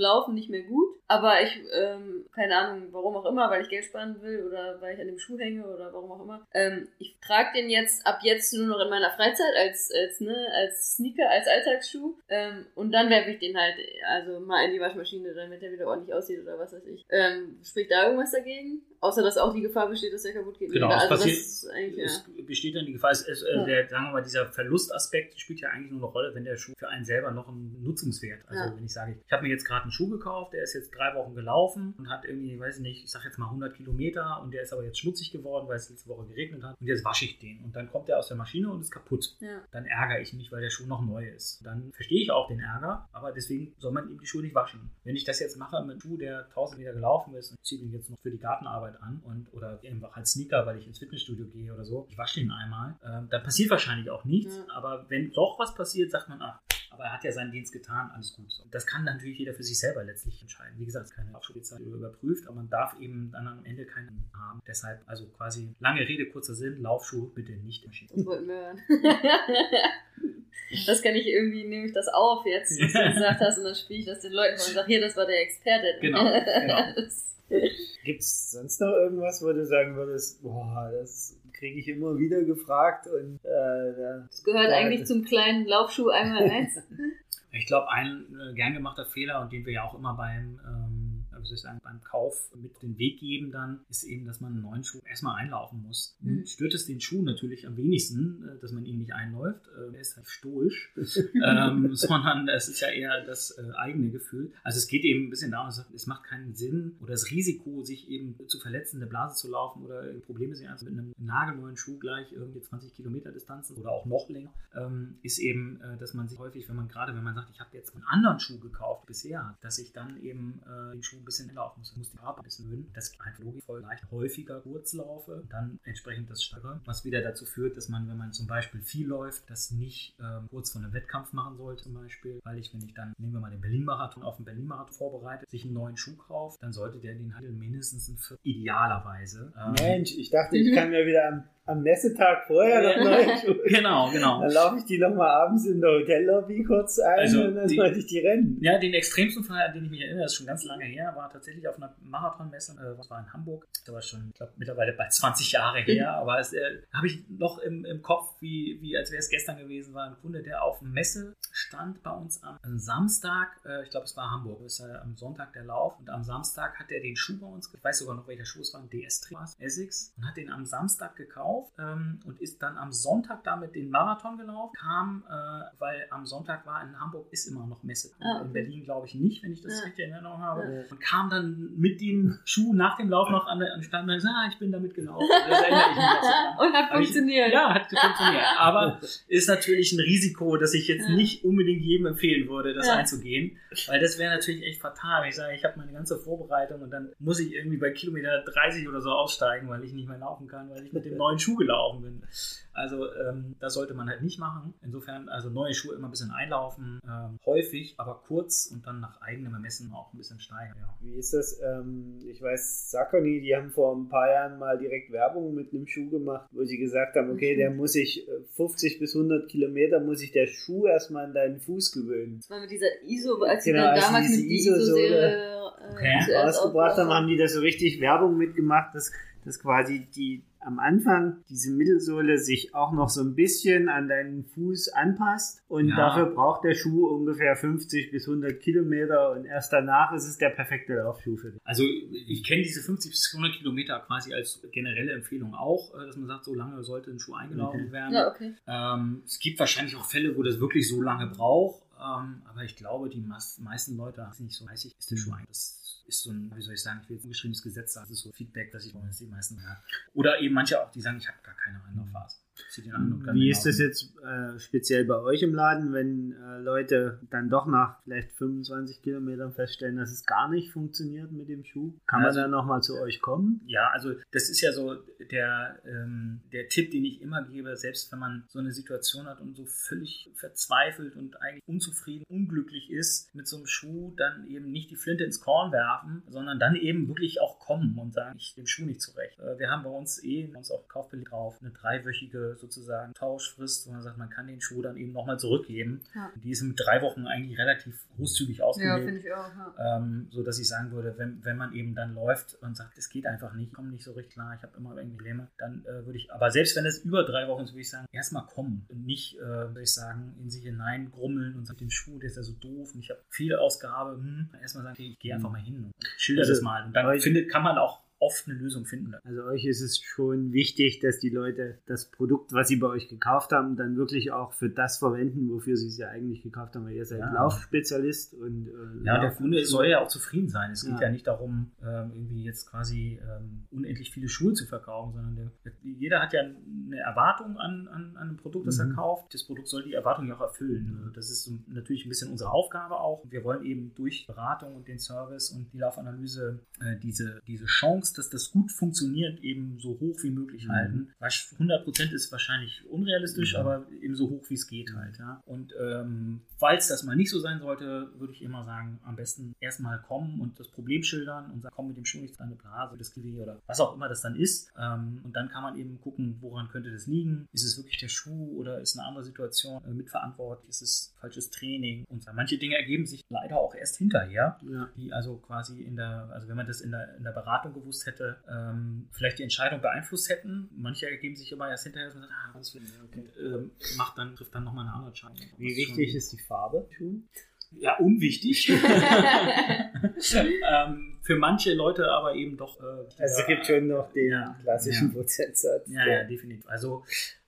Laufen nicht mehr gut, aber ich, ähm, keine Ahnung, warum auch immer, weil ich Geld sparen will oder weil ich an dem Schuh hänge oder warum auch immer. Ähm, ich trage den jetzt ab jetzt nur noch in meiner Freizeit als, als, ne, als Sneaker, als Alltagsschuh ähm, und dann werfe ich den halt also mal in die Waschmaschine, damit der wieder ordentlich aussieht oder was weiß ich. Ähm, spricht da irgendwas dagegen? Außer, dass auch die Gefahr besteht, dass der kaputt geht. Genau, also es, passiert, das ist eigentlich, ja. es besteht dann die Gefahr, es, es, ja. der, sagen wir mal, dieser Verlustaspekt spielt ja eigentlich nur eine Rolle, wenn der Schuh für einen selber noch einen Nutzungswert. Also ja. wenn ich sage, ich habe mir jetzt gerade einen Schuh gekauft, der ist jetzt drei Wochen gelaufen und hat irgendwie, weiß ich nicht, ich sage jetzt mal hundert Kilometer und der ist aber jetzt schmutzig geworden, weil es letzte Woche geregnet hat und jetzt wasche ich den und dann kommt der aus der Maschine und ist kaputt. Ja. Dann ärgere ich mich, weil der Schuh noch neu ist. Dann verstehe ich auch den Ärger, aber deswegen soll man eben die Schuhe nicht waschen. Wenn ich das jetzt mache mit einem Schuh, der tausend Meter gelaufen ist und ziehe den jetzt noch für die Gartenarbeit an und oder einfach als Sneaker, weil ich ins Fitnessstudio gehe oder so, ich wasche den einmal, ähm, dann passiert wahrscheinlich auch nichts, ja. aber wenn doch was passiert, sagt man, ach, aber er hat ja seinen Dienst getan, alles gut. Und das kann natürlich jeder für sich selber letztlich entscheiden. Wie gesagt, keine Laufschuhpolizei überprüft, aber man darf eben dann am Ende keinen haben. Deshalb, also quasi lange Rede, kurzer Sinn, Laufschuh bitte nicht Maschine. Das wollten wir hören. Das kann ich irgendwie, nehme ich das auf jetzt, was du gesagt hast, und dann spiele ich das den Leuten vor und sage, hier, das war der Experte. Genau, genau. Gibt es sonst noch irgendwas, wo du sagen würdest, boah, das kriege ich immer wieder gefragt und äh, das gehört ja, eigentlich das zum kleinen Laufschuh einmal eins. Ich glaube, ein äh, gern gemachter Fehler und den wir ja auch immer beim ähm, wie soll ich sagen, beim Kauf mit den Weg geben dann, ist eben, dass man einen neuen Schuh erstmal einlaufen muss. Mhm. Nun stört es den Schuh natürlich am wenigsten, dass man ihn nicht einläuft. Er ist halt stoisch, ähm, sondern es ist ja eher das äh, eigene Gefühl. Also es geht eben ein bisschen darum, es macht keinen Sinn oder das Risiko, sich eben zu verletzen, eine Blase zu laufen oder Probleme sehen, also mit einem nagelneuen Schuh gleich irgendwie zwanzig Kilometer Distanzen oder auch noch länger, ähm, ist eben, äh, dass man sich häufig, wenn man gerade, wenn man sagt, ich habe jetzt einen anderen Schuh gekauft bisher, dass ich dann eben äh, den Schuh ein bisschen laufen muss. Ich muss die Farbe ein bisschen ölen, dass ich einfach logisch voll leicht häufiger kurz laufe, dann entsprechend das steigere, was wieder dazu führt, dass man, wenn man zum Beispiel viel läuft, das nicht ähm, kurz vor einem Wettkampf machen sollte zum Beispiel, weil ich, wenn ich dann, nehmen wir mal den Berlin-Marathon, auf den Berlin-Marathon vorbereitet, sich einen neuen Schuh kauft, dann sollte der den Handel mindestens ein Viertel, idealerweise. Ähm, Mensch, ich dachte, ich kann mir wieder am Am Messetag vorher noch neue Schuhe. Genau, genau. Dann laufe ich die nochmal abends in der Hotellobby kurz ein also und dann die, sollte ich die rennen. Ja, den extremsten Fall, an den ich mich erinnere, das ist schon ganz lange her, war tatsächlich auf einer Marathonmesse, äh, was war in Hamburg. Das war schon, ich glaube, mittlerweile bald zwanzig Jahre her, aber es äh, habe ich noch im, im Kopf, wie, wie als wäre es gestern gewesen, war ein Kunde, der auf Messe stand bei uns am, am Samstag, äh, ich glaube, es war Hamburg, es ist äh, am Sonntag der Lauf und am Samstag hat er den Schuh bei uns, ich weiß sogar noch, welcher Schuh es war, ein D S-Dreh, Essex, und hat den am Samstag gekauft ähm, und ist dann am Sonntag damit den Marathon gelaufen, kam, äh, weil am Sonntag war in Hamburg ist immer noch Messe. Ah, okay. In Berlin glaube ich nicht, wenn ich das ja. richtig in Erinnerung habe. Ja. Und kam dann mit dem Schuh nach dem Lauf noch an den Stand und sagte, ah, ich bin damit gelaufen. Das erinnere ich mich auch so und hat funktioniert. Ich, ja, hat funktioniert. Aber ist natürlich ein Risiko, das ich jetzt ja. nicht unbedingt jedem empfehlen würde, das ja. einzugehen. Weil das wäre natürlich echt fatal. Wenn ich sage, ich habe meine ganze Vorbereitung und dann muss ich irgendwie bei Kilometer dreißig oder so aussteigen, weil ich nicht mehr laufen kann, weil ich mit dem neuen Schuh gelaufen bin. Also ähm, das sollte man halt nicht machen. Insofern, also neue Schuhe immer ein bisschen einlaufen, ähm, häufig, aber kurz und dann nach eigenem Ermessen auch ein bisschen steigern. Ja. Wie ist das? Ähm, ich weiß, Saucony, die haben vor ein paar Jahren mal direkt Werbung mit einem Schuh gemacht, wo sie gesagt haben, okay, der muss sich fünfzig bis hundert Kilometer muss sich der Schuh erstmal an deinen Fuß gewöhnen. Das war mit dieser I S O, als sie genau, dann damals mit I S O-Serie okay. ausgebracht haben, haben die da so richtig Werbung mitgemacht, dass, dass quasi die am Anfang diese Mittelsohle sich auch noch so ein bisschen an deinen Fuß anpasst und ja. dafür braucht der Schuh ungefähr fünfzig bis hundert Kilometer und erst danach ist es der perfekte Laufschuh für dich. Also ich kenne diese fünfzig bis hundert Kilometer quasi als generelle Empfehlung auch, dass man sagt, so lange sollte ein Schuh eingelaufen okay. werden. Ja, okay. ähm, es gibt wahrscheinlich auch Fälle, wo das wirklich so lange braucht, ähm, aber ich glaube, die meisten Leute sind nicht so heißig, ist der Schuh eigentlich. Das ist so ein, wie soll ich sagen, ich will jetzt ein ungeschriebenes Gesetz, das ist so Feedback, das ich wollte, dass die meisten ja. Oder eben manche auch, die sagen, ich habe gar keine Anlaufphase. Wie ist das jetzt äh, speziell bei euch im Laden, wenn äh, Leute dann doch nach vielleicht fünfundzwanzig Kilometern feststellen, dass es gar nicht funktioniert mit dem Schuh? Kann also, man dann nochmal zu euch kommen? Ja, also das ist ja so der, ähm, der Tipp, den ich immer gebe, selbst wenn man so eine Situation hat und so völlig verzweifelt und eigentlich unzufrieden, unglücklich ist mit so einem Schuh, dann eben nicht die Flinte ins Korn werfen, sondern dann eben wirklich auch kommen und sagen, ich bin dem Schuh nicht zurecht. Äh, wir haben bei uns eh, bei uns auch Kaufbeleg drauf, eine dreiwöchige typische sozusagen Tauschfrist, wo man sagt, man kann den Schuh dann eben nochmal zurückgeben. Ja. Die ist mit drei Wochen eigentlich relativ großzügig ausgelegt. Ja, finde ich auch. Ja. Ähm, so dass ich sagen würde, wenn, wenn man eben dann läuft und sagt, es geht einfach nicht, ich komme nicht so richtig klar, ich habe immer irgendwie Probleme, dann äh, würde ich, aber selbst wenn es über drei Wochen ist, würde ich sagen, erstmal kommen und nicht, äh, würde ich sagen, in sich hineingrummeln und sagen, den Schuh, der ist ja so doof und ich habe viele Ausgabe, hm, erstmal sagen, okay, ich gehe einfach mal hin und schilder also, das mal und dann findet, kann man auch oft eine Lösung finden. Also euch ist es schon wichtig, dass die Leute das Produkt, was sie bei euch gekauft haben, dann wirklich auch für das verwenden, wofür sie es ja eigentlich gekauft haben, weil ihr seid ja. Laufspezialist und äh, ja, der Kunde soll ja auch zufrieden sein. Es geht ja, ja nicht darum, ähm, irgendwie jetzt quasi ähm, unendlich viele Schuhe zu verkaufen, sondern der, jeder hat ja eine Erwartung an, an, an ein Produkt, das mhm. er kauft. Das Produkt soll die Erwartung ja auch erfüllen. Also das ist natürlich ein bisschen unsere Aufgabe auch. Wir wollen eben durch Beratung und den Service und die Laufanalyse äh, diese, diese Chance, dass das gut funktioniert, eben so hoch wie möglich mhm. halten. hundert Prozent ist wahrscheinlich unrealistisch, mhm. aber eben so hoch wie es geht halt. Ja. Und ähm, falls das mal nicht so sein sollte, würde ich immer sagen, am besten erstmal kommen und das Problem schildern und sagen, komm mit dem Schuh nicht an eine Blase, das Kiwi oder was auch immer das dann ist. Ähm, und dann kann man eben gucken, woran könnte das liegen. Ist es wirklich der Schuh oder ist eine andere Situation äh, mitverantwortlich? Ist es falsches Training? Und manche Dinge ergeben sich leider auch erst hinterher, ja. die also quasi in der, also wenn man das in der, in der Beratung gewusst hätte, ähm, vielleicht die Entscheidung beeinflusst hätten. Manche ergeben sich immer erst hinterher, dass man sagt, ah, was für okay. und, ähm, macht dann, trifft dann nochmal eine andere Entscheidung. Wie wichtig ist die Farbe? Ja, unwichtig. ähm, für manche Leute aber eben doch. Äh, also es gibt schon noch den ja, klassischen ja. Prozentsatz. Ja, ja, definitiv. Also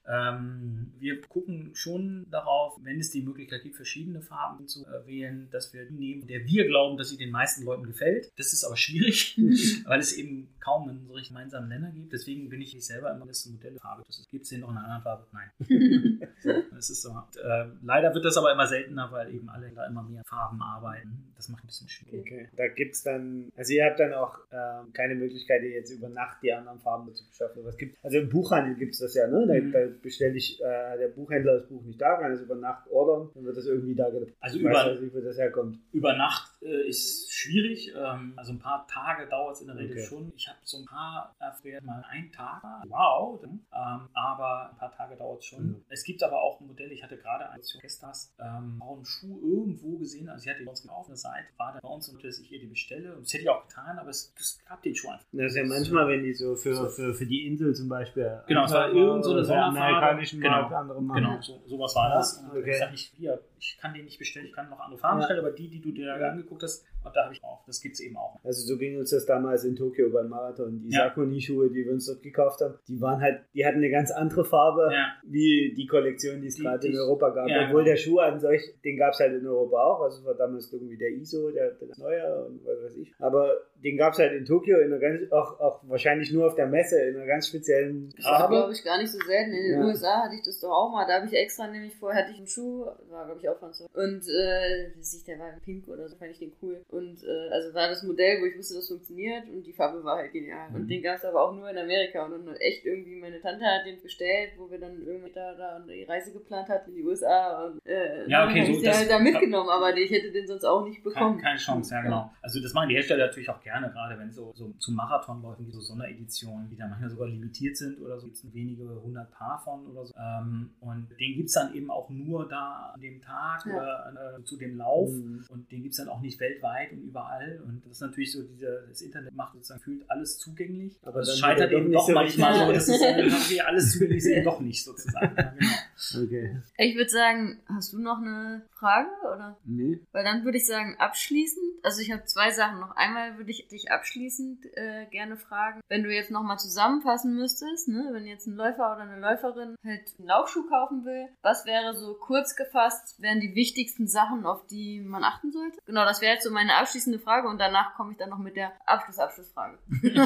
Ähm, wir gucken schon darauf, wenn es die Möglichkeit gibt, verschiedene Farben zu äh, wählen, dass wir die nehmen, der wir glauben, dass sie den meisten Leuten gefällt. Das ist aber schwierig, weil es eben kaum einen so richtig gemeinsamen Nenner gibt. Deswegen bin ich nicht selber immer das Modell Farbe. Gibt es den noch in einer anderen Farbe? Nein. So, das ist so. Und, äh, leider wird das aber immer seltener, weil eben alle da immer mehr Farben arbeiten. Das macht ein bisschen schwierig. Okay. Da gibt es dann, also ihr habt dann auch äh, keine Möglichkeit, jetzt über Nacht die anderen Farben zu beschaffen. Was gibt, also im Buchhandel gibt es das ja, ne? Da, mhm. da bestelle ich, äh, der Buchhändler das Buch nicht da, kann es über Nacht ordern, dann wird das irgendwie da gedruckt. Also über, weiß, wie das herkommt. Über Nacht äh, ist schwierig, ähm, also ein paar Tage dauert es in der Regel okay. schon. Ich habe so ein paar, äh, mal einen Tag, wow, ähm, aber ein paar Tage dauert es schon. Mhm. Es gibt aber auch ein Modell, ich hatte gerade eine gestern ähm, auch einen Schuh irgendwo gesehen, also ich hatte bei uns auf der Seite, war da bei uns und dass ich ihr die bestelle und das hätte ich auch getan, aber es, es gab den Schuh einfach. Das ist ja manchmal, wenn die so für, so. für, für die Insel zum Beispiel genau, es war irgend so eine Sonderfarbe. Genau, Markt, andere Markt. Genau, so, sowas war das. Ja, okay. Ich sage nicht, hier, ich kann den nicht bestellen, ich kann noch andere Farben bestellen, ja. aber die, die du dir ja. angeguckt hast, da habe ich auch. Das gibt es eben auch. Also so ging uns das damals in Tokio beim Marathon. Die ja. Saucony-Schuhe, die wir uns dort gekauft haben, die waren halt, die hatten eine ganz andere Farbe, ja. wie die Kollektion, die es gerade in Europa gab. Ja, Obwohl genau. der Schuh an solch, den gab es halt in Europa auch. Also es war damals irgendwie der I S O, der, der neue und was weiß ich. Aber den gab es halt in Tokio, in einer ganz, auch, auch wahrscheinlich nur auf der Messe, in einer ganz speziellen Farbe. Das war, glaube ich, gar nicht so selten. In den ja. U S A hatte ich das doch auch mal. Da habe ich extra, nämlich vorher hatte ich einen Schuh, war, glaube ich, auch von so. Und äh, der war pink oder so, fand ich den cool. Und äh, also war das Modell, wo ich wusste, das funktioniert und die Farbe war halt genial. Mhm. Und den gab es aber auch nur in Amerika und dann echt irgendwie, meine Tante hat den bestellt, wo wir dann irgendwie da, da die Reise geplant hatten in die U S A und äh, ja, okay, dann so, ich den halt da mitgenommen, aber ich hätte den sonst auch nicht bekommen. Keine, keine Chance, ja genau. Also das machen die Hersteller natürlich auch gerne, gerade wenn so, so zu Marathonläufen wie so Sondereditionen, die dann manchmal sogar limitiert sind oder so, gibt es wenige hundert Paar von oder so. Ähm, und den gibt es dann eben auch nur da an dem Tag ja. oder äh, zu dem Lauf mhm. und den gibt es dann auch nicht weltweit und überall und das ist natürlich so, diese, das Internet macht sozusagen, fühlt alles zugänglich, aber es scheitert eben doch so manchmal so, dass es dann irgendwie alles zugänglich ist, eben doch nicht sozusagen. Ja, genau. Okay. Ich würde sagen, hast du noch eine Frage, oder? Nee. Weil dann würde ich sagen, abschließend, also ich habe zwei Sachen noch. Einmal würde ich dich abschließend äh, gerne fragen, wenn du jetzt nochmal zusammenfassen müsstest, ne, wenn jetzt ein Läufer oder eine Läuferin halt einen Laufschuh kaufen will, was wäre so kurz gefasst, wären die wichtigsten Sachen, auf die man achten sollte? Genau, das wäre jetzt so meine abschließende Frage und danach komme ich dann noch mit der Abschluss-Abschlussfrage.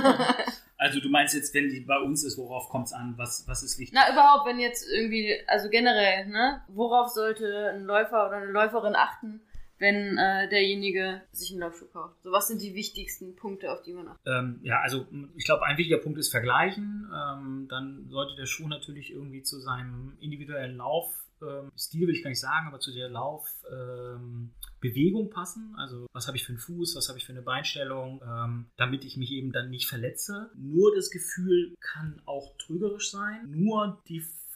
Also du meinst jetzt, wenn die bei uns ist, worauf kommt es an? Was, was ist wichtig? Na, überhaupt, wenn jetzt irgendwie, also generell, ne, worauf sollte ein Läufer oder eine Läuferin achten, wenn äh, derjenige sich einen Laufschuh kauft? So, was sind die wichtigsten Punkte, auf die man achtet? Ähm, ja, also ich glaube, ein wichtiger Punkt ist Vergleichen. Ähm, dann sollte der Schuh natürlich irgendwie zu seinem individuellen Lauf Ähm, Stil will ich gar nicht sagen, aber zu der Laufbewegung ähm, passen. Also was habe ich für einen Fuß, was habe ich für eine Beinstellung, ähm, damit ich mich eben dann nicht verletze. Nur das Gefühl kann auch trügerisch sein. Nur die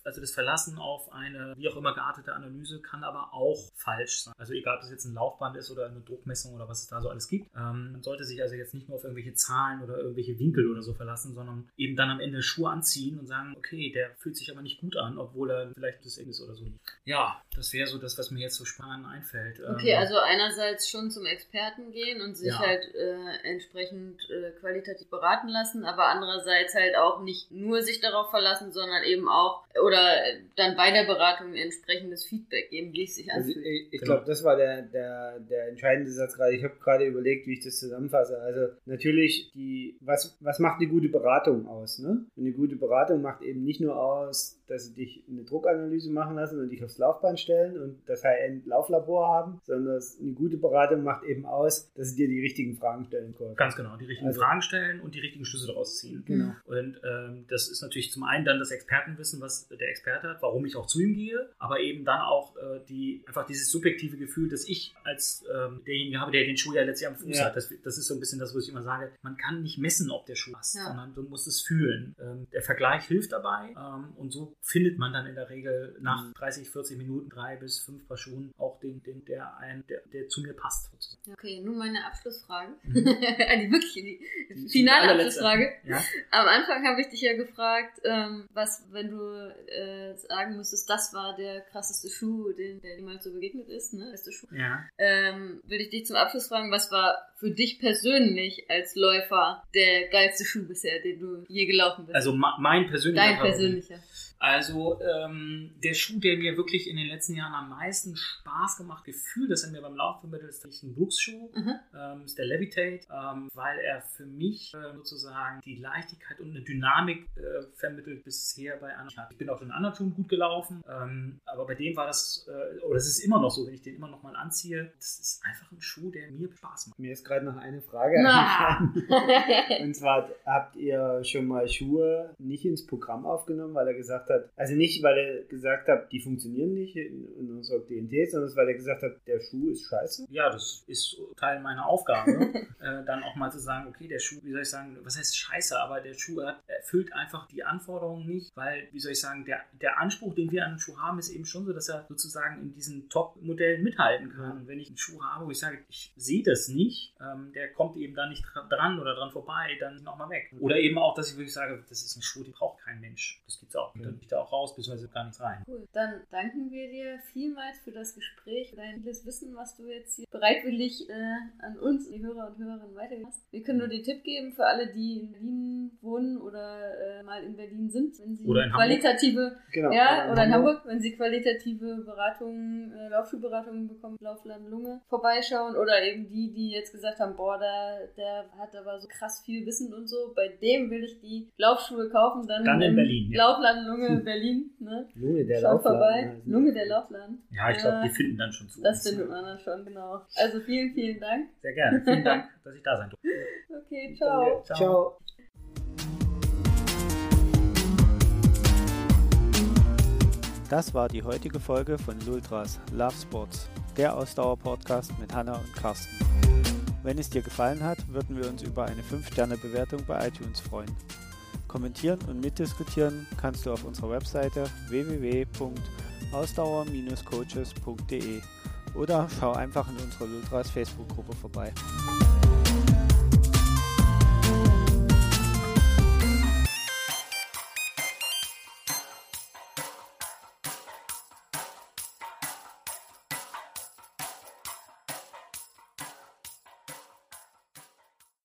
also das Verlassen auf eine wie auch immer geartete Analyse kann aber auch falsch sein. Also egal, ob es jetzt ein Laufband ist oder eine Druckmessung oder was es da so alles gibt. Ähm, man sollte sich also jetzt nicht nur auf irgendwelche Zahlen oder irgendwelche Winkel oder so verlassen, sondern eben dann am Ende Schuhe anziehen und sagen, okay, der fühlt sich aber nicht gut an, obwohl er vielleicht das ist oder so. Ja, das wäre so das, was mir jetzt so spontan einfällt. Okay, ähm, also einerseits schon zum Experten gehen und sich ja. halt äh, entsprechend äh, qualitativ beraten lassen, aber andererseits halt auch nicht nur sich darauf verlassen, sondern eben auch oder dann bei der Beratung entsprechendes Feedback geben, wie es sich anfühlt. Also ich ich genau. glaube, das war der, der, der entscheidende Satz gerade. Ich habe gerade überlegt, wie ich das zusammenfasse. Also natürlich, die, was, was macht eine gute Beratung aus? Ne? Eine gute Beratung macht eben nicht nur aus, dass sie dich eine Druckanalyse machen lassen und dich aufs Laufband stellen und das High-End-Lauflabor haben, sondern eine gute Beratung macht eben aus, dass sie dir die richtigen Fragen stellen können. Ganz genau, die richtigen also, Fragen stellen und die richtigen Schlüsse daraus ziehen. Genau. Und ähm, das ist natürlich zum einen dann das Expertenwissen, was der Experte hat, warum ich auch zu ihm gehe, aber eben dann auch äh, die einfach dieses subjektive Gefühl, dass ich als ähm, derjenige habe, der den Schuh ja letztlich am Fuß ja. hat. Das, das ist so ein bisschen das, was ich immer sage. Man kann nicht messen, ob der Schuh passt, ja. sondern du musst es fühlen. Ähm, der Vergleich hilft dabei ähm, und so findet man dann in der Regel nach dreißig, vierzig Minuten, drei bis fünf Paar Schuhen auch den, den der, ein, der, der zu mir passt. Sozusagen. Okay, nun meine Abschlussfrage. Mhm. die wirklich die, die finale Abschlussfrage. Ja? Am Anfang habe ich dich ja gefragt, ähm, was, wenn du äh, sagen müsstest, das war der krasseste Schuh, den, der jemals so begegnet ist, ne? Beste Schuh. Ja. Ähm, will ich dich zum Abschluss fragen, was war für dich persönlich als Läufer der geilste Schuh bisher, den du je gelaufen bist? Also ma- mein persönlicher. Dein persönlicher. Also ähm, der Schuh, der mir wirklich in den letzten Jahren am meisten Spaß gemacht, Gefühl, das er mir beim Lauf vermittelt, ist ein Brooks-Schuh, mhm. ähm, ist der Levitate, ähm, weil er für mich äh, sozusagen die Leichtigkeit und eine Dynamik äh, vermittelt bisher bei anderen. Ich bin auch in anderen Schuhen gut gelaufen, ähm, aber bei dem war das, äh, oder es ist immer noch so, wenn ich den immer noch mal anziehe, das ist einfach ein Schuh, der mir Spaß macht. Mir ist gerade noch eine Frage eingefallen. Und zwar, habt ihr schon mal Schuhe nicht ins Programm aufgenommen, weil er gesagt hat, also nicht, weil er gesagt hat, die funktionieren nicht in, in unserer D N T, sondern weil er gesagt hat, der Schuh ist scheiße? Ja, das ist Teil meiner Aufgabe, äh, dann auch mal zu sagen, okay, der Schuh, wie soll ich sagen, was heißt scheiße, aber der Schuh hat, erfüllt einfach die Anforderungen nicht, weil, wie soll ich sagen, der, der Anspruch, den wir an den Schuh haben, ist eben schon so, dass er sozusagen in diesen Top-Modellen mithalten kann. Und wenn ich einen Schuh habe, wo ich sage, ich sehe das nicht, ähm, der kommt eben da nicht dran oder dran vorbei, dann ist er auch mal weg. Oder eben auch, dass ich wirklich sage, das ist ein Schuh, den braucht kein Mensch. Das gibt's auch. Mhm. Dann geht er auch raus, beziehungsweise gar nichts rein. Cool. Dann danken wir dir vielmals für das Gespräch, für dein vieles Wissen, was du jetzt hier bereitwillig äh, an uns, die Hörer und Hörerinnen, weitergegeben hast. Wir können nur den Tipp geben für alle, die in Berlin wohnen oder äh, mal in Berlin sind, wenn sie oder in qualitative, genau, ja, oder in, oder in Hamburg. Hamburg, wenn sie qualitative Beratungen, äh, Laufschuhberatungen bekommen, Laufladen Lunge, vorbeischauen oder eben die, die jetzt gesagt haben, boah, der, der hat aber so krass viel Wissen und so, bei dem will ich die Laufschuhe kaufen, dann, dann in Berlin, ja. Laufladen Lunge in Berlin, ne? Lunge der Schaut Laufladen. vorbei. Lunge der Laufladen. Ja, ich glaube, die finden dann schon zu. Das uns. findet man dann schon, genau. Also vielen, vielen Dank. Sehr gerne. Vielen Dank, dass ich da sein durfte. Okay, ciao. Ciao. ciao. Das war die heutige Folge von Lultras Love Sports, der Ausdauer-Podcast mit Hanna und Carsten. Wenn es dir gefallen hat, würden wir uns über eine fünf Sterne Bewertung bei iTunes freuen. Kommentieren und mitdiskutieren kannst du auf unserer Webseite w w w punkt ausdauer Bindestrich coaches punkt d e oder schau einfach in unserer Lultras Facebook-Gruppe vorbei.